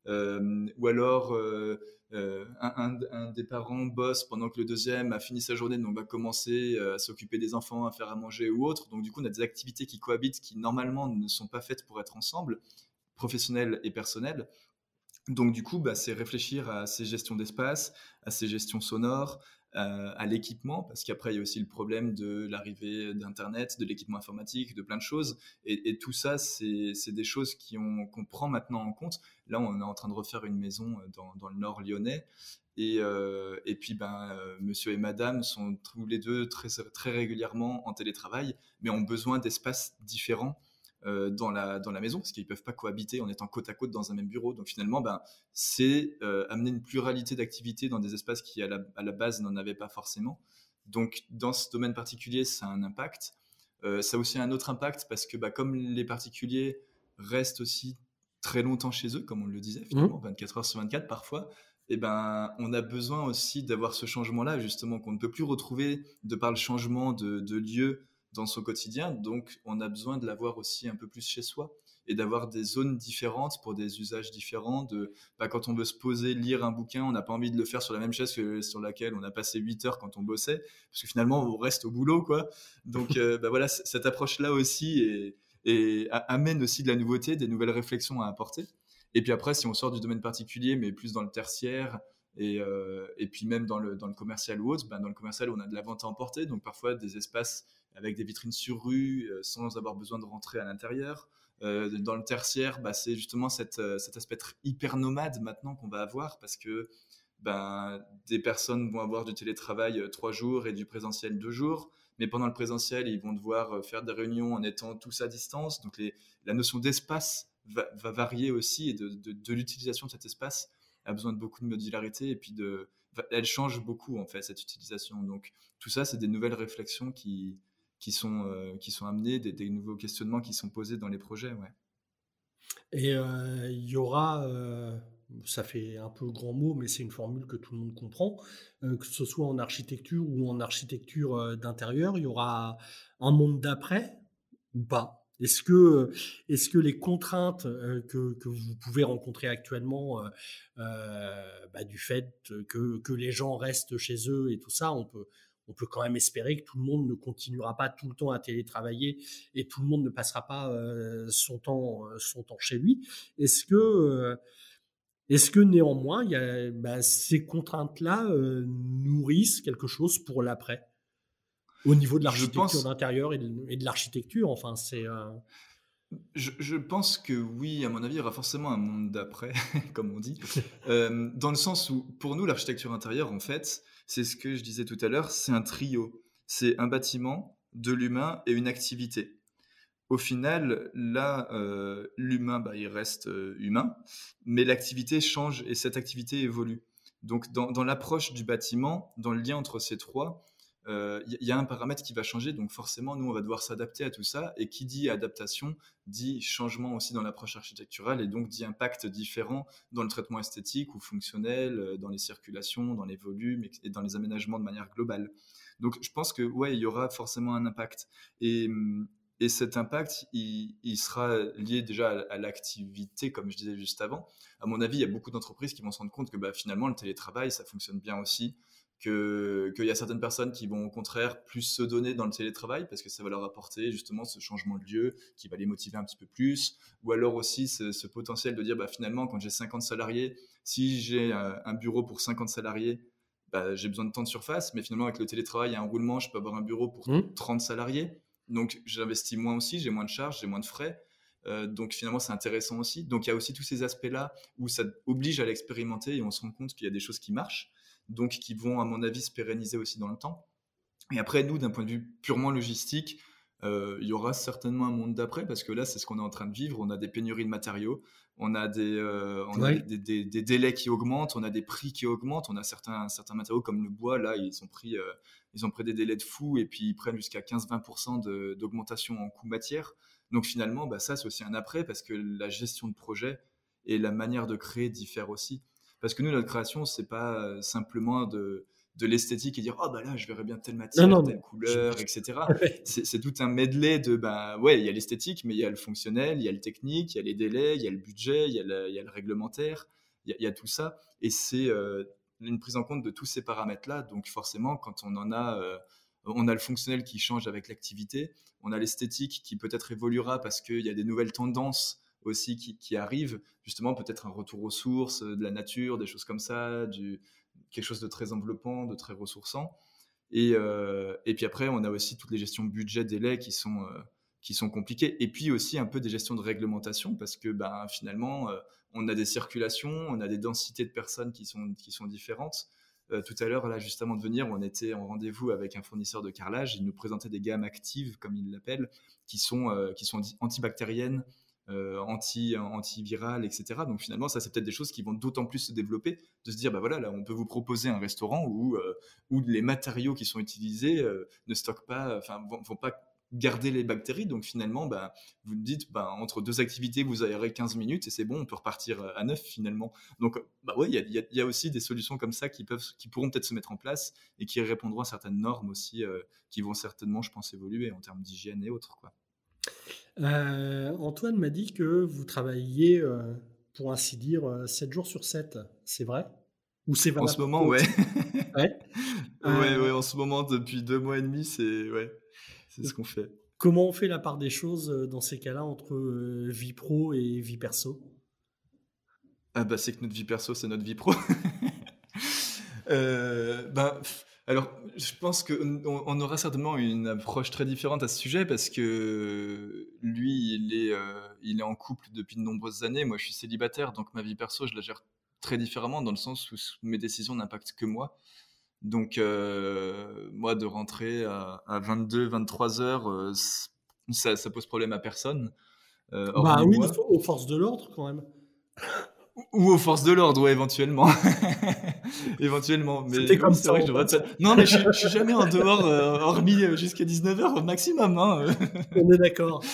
Euh, ou alors euh, euh, un, un, un des parents bosse pendant que le deuxième a fini sa journée, donc va commencer euh, à s'occuper des enfants, à faire à manger ou autre. Donc du coup, on a des activités qui cohabitent, qui normalement ne sont pas faites pour être ensemble, professionnelles et personnelles. Donc du coup, bah, c'est réfléchir à ces gestions d'espace, à ces gestions sonores, euh, à l'équipement, parce qu'après, il y a aussi le problème de l'arrivée d'Internet, de l'équipement informatique, de plein de choses. Et, et tout ça, c'est, c'est des choses qui ont, qu'on prend maintenant en compte. Là, on est en train de refaire une maison dans, dans le nord lyonnais. Et, euh, et puis, ben, euh, monsieur et madame sont tous les deux très, très régulièrement en télétravail, mais ont besoin d'espaces différents euh, dans, la, dans la maison, parce qu'ils ne peuvent pas cohabiter en étant côte à côte dans un même bureau. Donc finalement, ben, c'est euh, amener une pluralité d'activités dans des espaces qui, à la, à la base, n'en avaient pas forcément. Donc dans ce domaine particulier, ça a un impact. Euh, ça a aussi un autre impact, parce que bah, comme les particuliers restent aussi très longtemps chez eux, comme on le disait, finalement, Mmh. vingt-quatre heures sur vingt-quatre parfois, et ben, on a besoin aussi d'avoir ce changement-là, justement, qu'on ne peut plus retrouver de par le changement de, de lieu dans son quotidien. Donc, on a besoin de l'avoir aussi un peu plus chez soi et d'avoir des zones différentes pour des usages différents. De, bah, quand on veut se poser, lire un bouquin, on n'a pas envie de le faire sur la même chaise que sur laquelle on a passé huit heures quand on bossait, parce que finalement, on reste au boulot, quoi. Donc, euh, bah, voilà, c- cette approche-là aussi est, et a- amène aussi de la nouveauté, des nouvelles réflexions à apporter. Et puis après, si on sort du domaine particulier, mais plus dans le tertiaire, et, euh, et puis même dans le, dans le commercial ou autre, ben dans le commercial, on a de la vente à emporter, donc parfois des espaces avec des vitrines sur rue, euh, sans avoir besoin de rentrer à l'intérieur. Euh, dans le tertiaire, bah, c'est justement cette, euh, cet aspect hyper nomade maintenant qu'on va avoir, parce que ben, des personnes vont avoir du télétravail euh, trois jours et du présentiel deux jours, mais pendant le présentiel, ils vont devoir euh, faire des réunions en étant tous à distance. Donc les, la notion d'espace va, va varier aussi, et de, de, de l'utilisation de cet espace a besoin de beaucoup de modularité, et puis de, elle change beaucoup en fait, cette utilisation. Donc tout ça, c'est des nouvelles réflexions qui, qui, sont, euh, qui sont amenées, des, des nouveaux questionnements qui sont posés dans les projets. Ouais. Et euh, il y aura, euh, ça fait un peu grand mot, mais c'est une formule que tout le monde comprend, euh, que ce soit en architecture ou en architecture euh, d'intérieur, il y aura un monde d'après ou pas? Est-ce que, est-ce que les contraintes euh, que, que vous pouvez rencontrer actuellement, euh, euh, bah, du fait que, que les gens restent chez eux et tout ça, on peut, on peut quand même espérer que tout le monde ne continuera pas tout le temps à télétravailler et tout le monde ne passera pas euh, son temps, son temps chez lui. Est-ce que, euh, est-ce que néanmoins, il y a, bah, ces contraintes-là euh, nourrissent quelque chose pour l'après? Au niveau de Je l'architecture pense, d'intérieur et de, et de l'architecture, enfin, c'est. Euh... je, je pense que oui, à mon avis, il y aura forcément un monde d'après, comme on dit, euh, dans le sens où, pour nous, l'architecture intérieure, en fait, c'est ce que je disais tout à l'heure, c'est un trio. C'est un bâtiment, de l'humain et une activité. Au final, là, euh, l'humain, bah, il reste euh, humain, mais l'activité change et cette activité évolue. Donc, dans, dans l'approche du bâtiment, dans le lien entre ces trois, il euh, y, y a un paramètre qui va changer. Donc, forcément, nous, on va devoir s'adapter à tout ça. Et qui dit adaptation, dit changement aussi dans l'approche architecturale, et donc dit impact différent dans le traitement esthétique ou fonctionnel, euh, dans les circulations, dans les volumes et, et dans les aménagements de manière globale. Donc, je pense que ouais, il y aura forcément un impact. Et, et cet impact, il, il sera lié déjà à, à l'activité, comme je disais juste avant. À mon avis, il y a beaucoup d'entreprises qui vont se rendre compte que bah, finalement, le télétravail, ça fonctionne bien aussi, que, qu'il y a certaines personnes qui vont au contraire plus se donner dans le télétravail parce que ça va leur apporter justement ce changement de lieu qui va les motiver un petit peu plus, ou alors aussi ce, ce potentiel de dire bah, finalement, quand j'ai cinquante salariés, si j'ai un, un bureau pour cinquante salariés, bah, j'ai besoin de temps de surface, mais finalement, avec le télétravail, il y a un roulement, je peux avoir un bureau pour Hum. trente salariés. Donc, j'investis moins aussi, j'ai moins de charges, j'ai moins de frais. Euh, donc, finalement, c'est intéressant aussi. Donc, il y a aussi tous ces aspects-là où ça oblige à l'expérimenter et on se rend compte qu'il y a des choses qui marchent, donc qui vont, à mon avis, se pérenniser aussi dans le temps. Et après, nous, d'un point de vue purement logistique, euh, il y aura certainement un monde d'après, parce que là, c'est ce qu'on est en train de vivre. On a des pénuries de matériaux, on a des, euh, on a Ouais. des, des, des délais qui augmentent, on a des prix qui augmentent. On a certains, certains matériaux comme le bois, là, ils ont pris, euh, ils ont pris des délais de fou, et puis ils prennent jusqu'à quinze à vingt pour cent de, d'augmentation en coût matière. Donc finalement, bah, ça, c'est aussi un après, parce que la gestion de projet et la manière de créer diffèrent aussi. Parce que nous, notre création, c'est pas simplement de de l'esthétique et dire oh bah là je verrais bien telle Non, matière, non, telle non. couleur, Je- et cetera. C'est, c'est tout un medley de bah ouais, il y a l'esthétique, mais il y a le fonctionnel, il y a le technique, il y a les délais, il y a le budget, il y a le, il y a le réglementaire. il y, a- il y a tout ça. Et c'est euh, une prise en compte de tous ces paramètres-là. Donc forcément, quand on en a, euh, on a le fonctionnel qui change avec l'activité, on a l'esthétique qui peut-être évoluera parce qu'il y a des nouvelles tendances aussi qui, qui arrivent. Justement, peut-être un retour aux sources, de la nature, des choses comme ça, du, quelque chose de très enveloppant, de très ressourçant. Et, euh, et puis après, on a aussi toutes les gestions budget, délai qui sont, euh, qui sont compliquées. Et puis aussi un peu des gestions de réglementation parce que ben, finalement, euh, on a des circulations, on a des densités de personnes qui sont, qui sont différentes. Euh, tout à l'heure, là, juste avant de venir, on était en rendez-vous avec un fournisseur de carrelage. Il nous présentait des gammes actives, comme il l'appelle, qui sont, euh, qui sont antibactériennes, euh, anti, antivirales, et cetera. Donc finalement, ça, c'est peut-être des choses qui vont d'autant plus se développer, de se dire, bah voilà, là, on peut vous proposer un restaurant où, euh, où les matériaux qui sont utilisés euh, ne stockent pas, enfin, vont, vont pas garder les bactéries. Donc finalement, bah, vous me dites, bah, entre deux activités, vous aérez quinze minutes et c'est bon, on peut repartir à neuf finalement. Donc, bah ouais, il y a, y a aussi des solutions comme ça qui, peuvent, qui pourront peut-être se mettre en place et qui répondront à certaines normes aussi, euh, qui vont certainement, je pense, évoluer en termes d'hygiène et autres, quoi. Euh, Antoine m'a dit que vous travailliez, euh, pour ainsi dire, euh, sept jours sur sept. C'est vrai? Ou c'est En valable ce pour moment, toi ouais. aussi? Ouais. ouais, Euh, ouais, en ce moment, depuis deux mois et demi, c'est, ouais, c'est ce qu'on fait. Comment on fait la part des choses euh, dans ces cas-là entre euh, vie pro et vie perso? Ah bah c'est que notre vie perso, c'est notre vie pro. Euh, ben, pff, alors, je pense qu'on on aura certainement une approche très différente à ce sujet parce que lui, il est, euh, il est en couple depuis de nombreuses années. Moi, je suis célibataire, donc ma vie perso, je la gère très différemment dans le sens où mes décisions n'impactent que moi. Donc, euh, moi, de rentrer à, à vingt-deux, vingt-trois heures, euh, c- ça, ça pose problème à personne, euh, Bah hormis oui, moi. aux forces de l'ordre quand même. Ou aux forces de l'ordre, ouais, éventuellement. éventuellement. C'était Mais oui, comme c'est ça vrai que en je devrais passant. être... Non, mais je, je suis jamais en dehors, euh, hormis euh, jusqu'à dix-neuf heures au maximum. Hein. On est d'accord.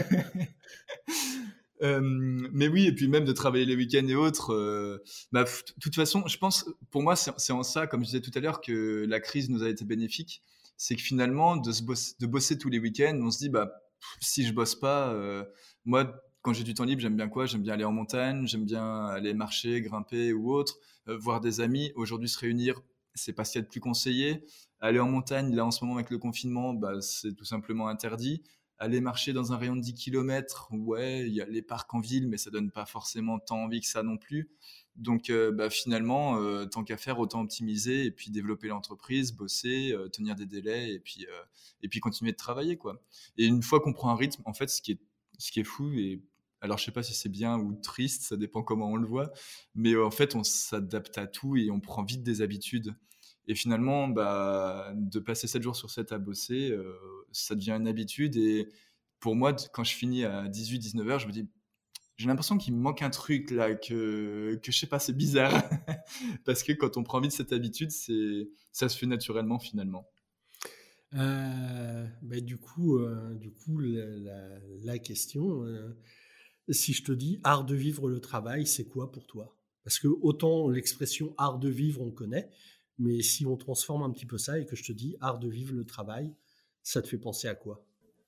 Euh, mais oui, et puis même de travailler les week-ends et autres. Euh, bah, f- de toute façon, je pense, pour moi, c'est c'est en ça, comme je disais tout à l'heure, que la crise nous a été bénéfique. C'est que finalement, de, se bosse- de bosser tous les week-ends, on se dit, bah, pff, si je bosse pas, euh, moi, quand j'ai du temps libre, j'aime bien quoi? J'aime bien aller en montagne, j'aime bien aller marcher, grimper ou autre, euh, voir des amis. Aujourd'hui, se réunir, c'est pas ce qu'il y a de plus conseillé. Aller en montagne, là, en ce moment, avec le confinement, bah, c'est tout simplement interdit. Aller marcher dans un rayon de dix kilomètres, ouais, il y a les parcs en ville, mais ça donne pas forcément tant envie que ça non plus. Donc, euh, bah, finalement, euh, tant qu'à faire, autant optimiser et puis développer l'entreprise, bosser, euh, tenir des délais et puis, euh, et puis continuer de travailler, quoi. Et une fois qu'on prend un rythme, en fait, ce qui est, ce qui est fou, et alors je sais pas si c'est bien ou triste, ça dépend comment on le voit, mais euh, en fait, on s'adapte à tout et on prend vite des habitudes. Et finalement, bah, de passer sept jours sur sept à bosser, euh, ça devient une habitude. Et pour moi, d- quand je finis à dix-huit dix-neuf heures, je me dis, j'ai l'impression qu'il me manque un truc là, que, que je sais pas, c'est bizarre. Parce que quand on prend vite cette habitude, c'est, ça se fait naturellement finalement. Euh, bah, du coup, euh, du coup, la, la- la question, euh, si je te dis art de vivre le travail, c'est quoi pour toi? Parce que autant l'expression art de vivre, on connaît, mais si on transforme un petit peu ça et que je te dis art de vivre le travail, ça te fait penser à quoi?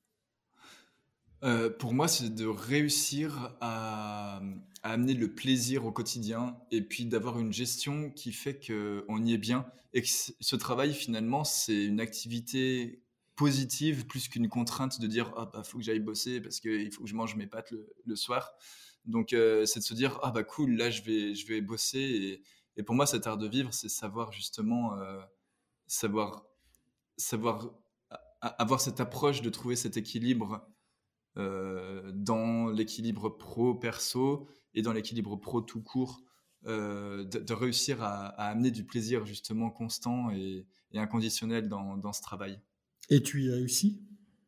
Euh, pour moi, c'est de réussir à, à amener le plaisir au quotidien et puis d'avoir une gestion qui fait qu'on y est bien et que c- ce travail, finalement, c'est une activité positive plus qu'une contrainte de dire ah bah faut que j'aille bosser parce qu'il faut que je mange mes pâtes le, le soir. Donc euh, c'est de se dire ah bah cool, là je vais je vais bosser et, et pour moi cet art de vivre c'est savoir justement euh, savoir savoir a- a- avoir cette approche de trouver cet équilibre euh, dans l'équilibre pro-perso et dans l'équilibre pro tout court, euh, de, de réussir à, à amener du plaisir justement constant et, et inconditionnel dans, dans ce travail. Et tu y réussis?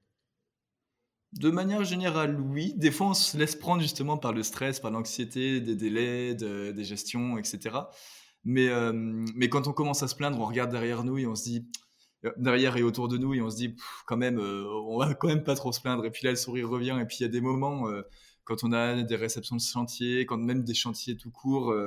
De manière générale, oui. Des fois, on se laisse prendre justement par le stress, par l'anxiété, des délais, de- des gestions, et cetera. Mais, euh, mais quand on commence à se plaindre, on regarde derrière nous et on se dit, derrière et autour de nous, et on se dit, pff, quand même, euh, on va quand même pas trop se plaindre. Et puis là, le sourire revient. Et puis il y a des moments, euh, quand on a des réceptions de chantier, quand même des chantiers tout court, euh,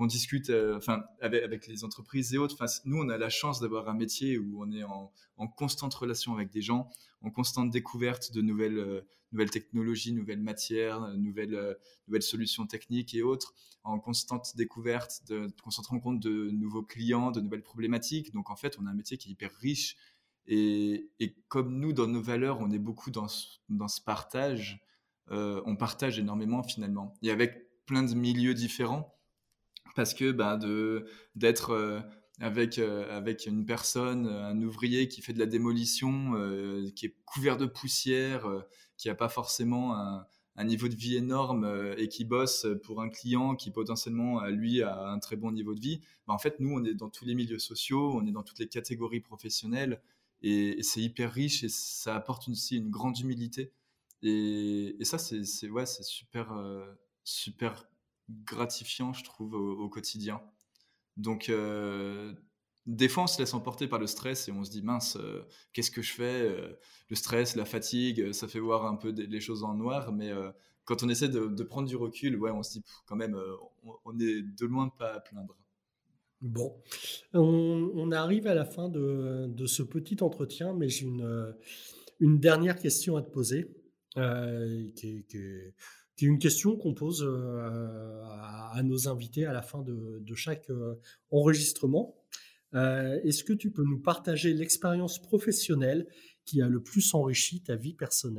qu'on discute euh, enfin, avec, avec les entreprises et autres. Enfin, nous, on a la chance d'avoir un métier où on est en, en constante relation avec des gens, en constante découverte de nouvelles, euh, nouvelles technologies, nouvelles matières, nouvelles, euh, nouvelles solutions techniques et autres, en constante découverte, de, qu'on se rend compte de nouveaux clients, de nouvelles problématiques. Donc, en fait, on a un métier qui est hyper riche. Et, et comme nous, dans nos valeurs, on est beaucoup dans ce, dans ce partage, euh, on partage énormément finalement. Et avec plein de milieux différents, parce que bah, de, d'être euh, avec, euh, avec une personne, un ouvrier qui fait de la démolition, euh, qui est couvert de poussière, euh, qui n'a pas forcément un, un niveau de vie énorme euh, et qui bosse pour un client qui potentiellement, lui, a un très bon niveau de vie, bah, en fait, nous, on est dans tous les milieux sociaux, on est dans toutes les catégories professionnelles. Et, et c'est hyper riche et ça apporte aussi une grande humilité. Et, et ça, c'est, c'est, ouais, c'est super, euh, super gratifiant, je trouve, au, au quotidien. Donc, euh, des fois, on se laisse emporter par le stress et on se dit, mince, euh, qu'est-ce que je fais euh, Le stress, la fatigue, ça fait voir un peu des, les choses en noir. Mais euh, quand on essaie de, de prendre du recul, ouais, on se dit, pff, quand même, euh, on, on est de loin pas à plaindre. Bon, on, on arrive à la fin de, de ce petit entretien, mais j'ai une, une dernière question à te poser, euh, qui, est, qui, est, qui est une question qu'on pose euh, à, à nos invités à la fin de, de chaque euh, enregistrement. Euh, est-ce que tu peux nous partager l'expérience professionnelle qui a le plus enrichi ta vie personnelle ?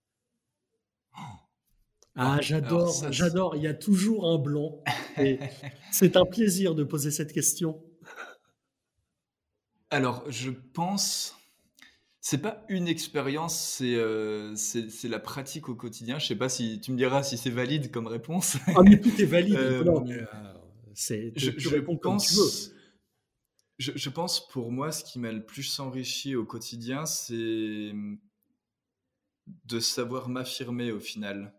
Ah, Alors j'adore, ça, c'est- j'adore. Il y a toujours un blanc. Et c'est un plaisir de poser cette question. Alors, je pense, c'est pas une expérience, c'est euh, c'est c'est la pratique au quotidien. Je sais pas si tu me diras si c'est valide comme réponse. Ah, mais tout est valide. Euh, Non, mais, euh, c'est, je, tu, tu je réponds comme tu veux. pense, je, je pense pour moi, ce qui m'a le plus enrichi au quotidien, c'est de savoir m'affirmer au final.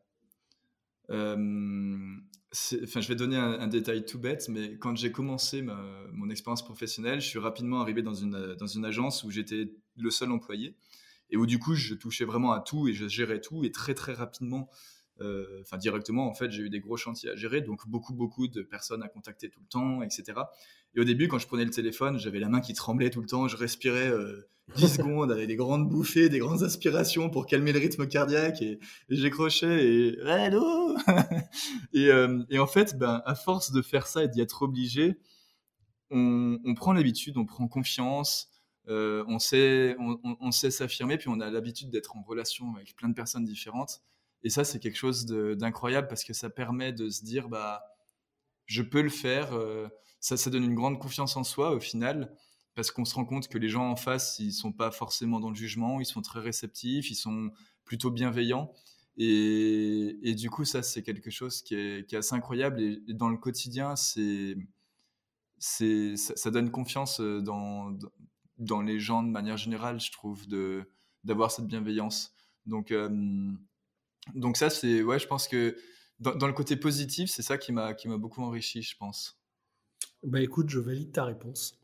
Euh, c'est- enfin, je vais donner un, un détail tout bête, mais quand j'ai commencé ma- mon expérience professionnelle, je suis rapidement arrivé dans une, dans une agence où j'étais le seul employé et où du coup je touchais vraiment à tout et je gérais tout et très très rapidement, euh, enfin directement en fait, j'ai eu des gros chantiers à gérer, donc beaucoup beaucoup de personnes à contacter tout le temps, et cetera. Et au début, quand je prenais le téléphone, j'avais la main qui tremblait tout le temps, je respirais euh, dix secondes avec des grandes bouffées, des grandes aspirations pour calmer le rythme cardiaque et, et j'écrochais et allô et, euh, et en fait, ben, à force de faire ça et d'y être obligé, on, on prend l'habitude, on prend confiance, euh, on sait, on, on- on sait s'affirmer, puis on a l'habitude d'être en relation avec plein de personnes différentes. Et ça, c'est quelque chose de- d'incroyable parce que ça permet de se dire, bah, je peux le faire. euh, ça, ça donne une grande confiance en soi au final, parce qu'on se rend compte que les gens en face, ils sont pas forcément dans le jugement, ils sont très réceptifs, ils sont plutôt bienveillants. Et, et du coup, ça, c'est quelque chose qui est, qui est assez incroyable. Et, et dans le quotidien, c'est, c'est, ça, ça donne confiance euh, dans, dans les gens de manière générale, je trouve, de, d'avoir cette bienveillance. Donc, euh, donc ça, c'est, ouais, je pense que dans, dans le côté positif, c'est ça qui m'a, qui m'a beaucoup enrichi, je pense. Bah écoute, je valide ta réponse.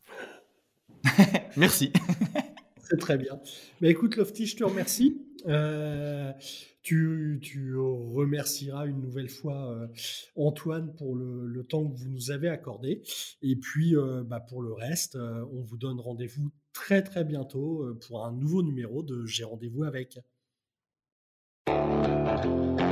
Merci. C'est très bien. Bah écoute, Lofty, je te remercie. Euh, tu, tu remercieras une nouvelle fois euh, Antoine pour le, le temps que vous nous avez accordé. Et puis, euh, bah, pour le reste, euh, on vous donne rendez-vous très très bientôt euh, pour un nouveau numéro de J'ai rendez-vous avec.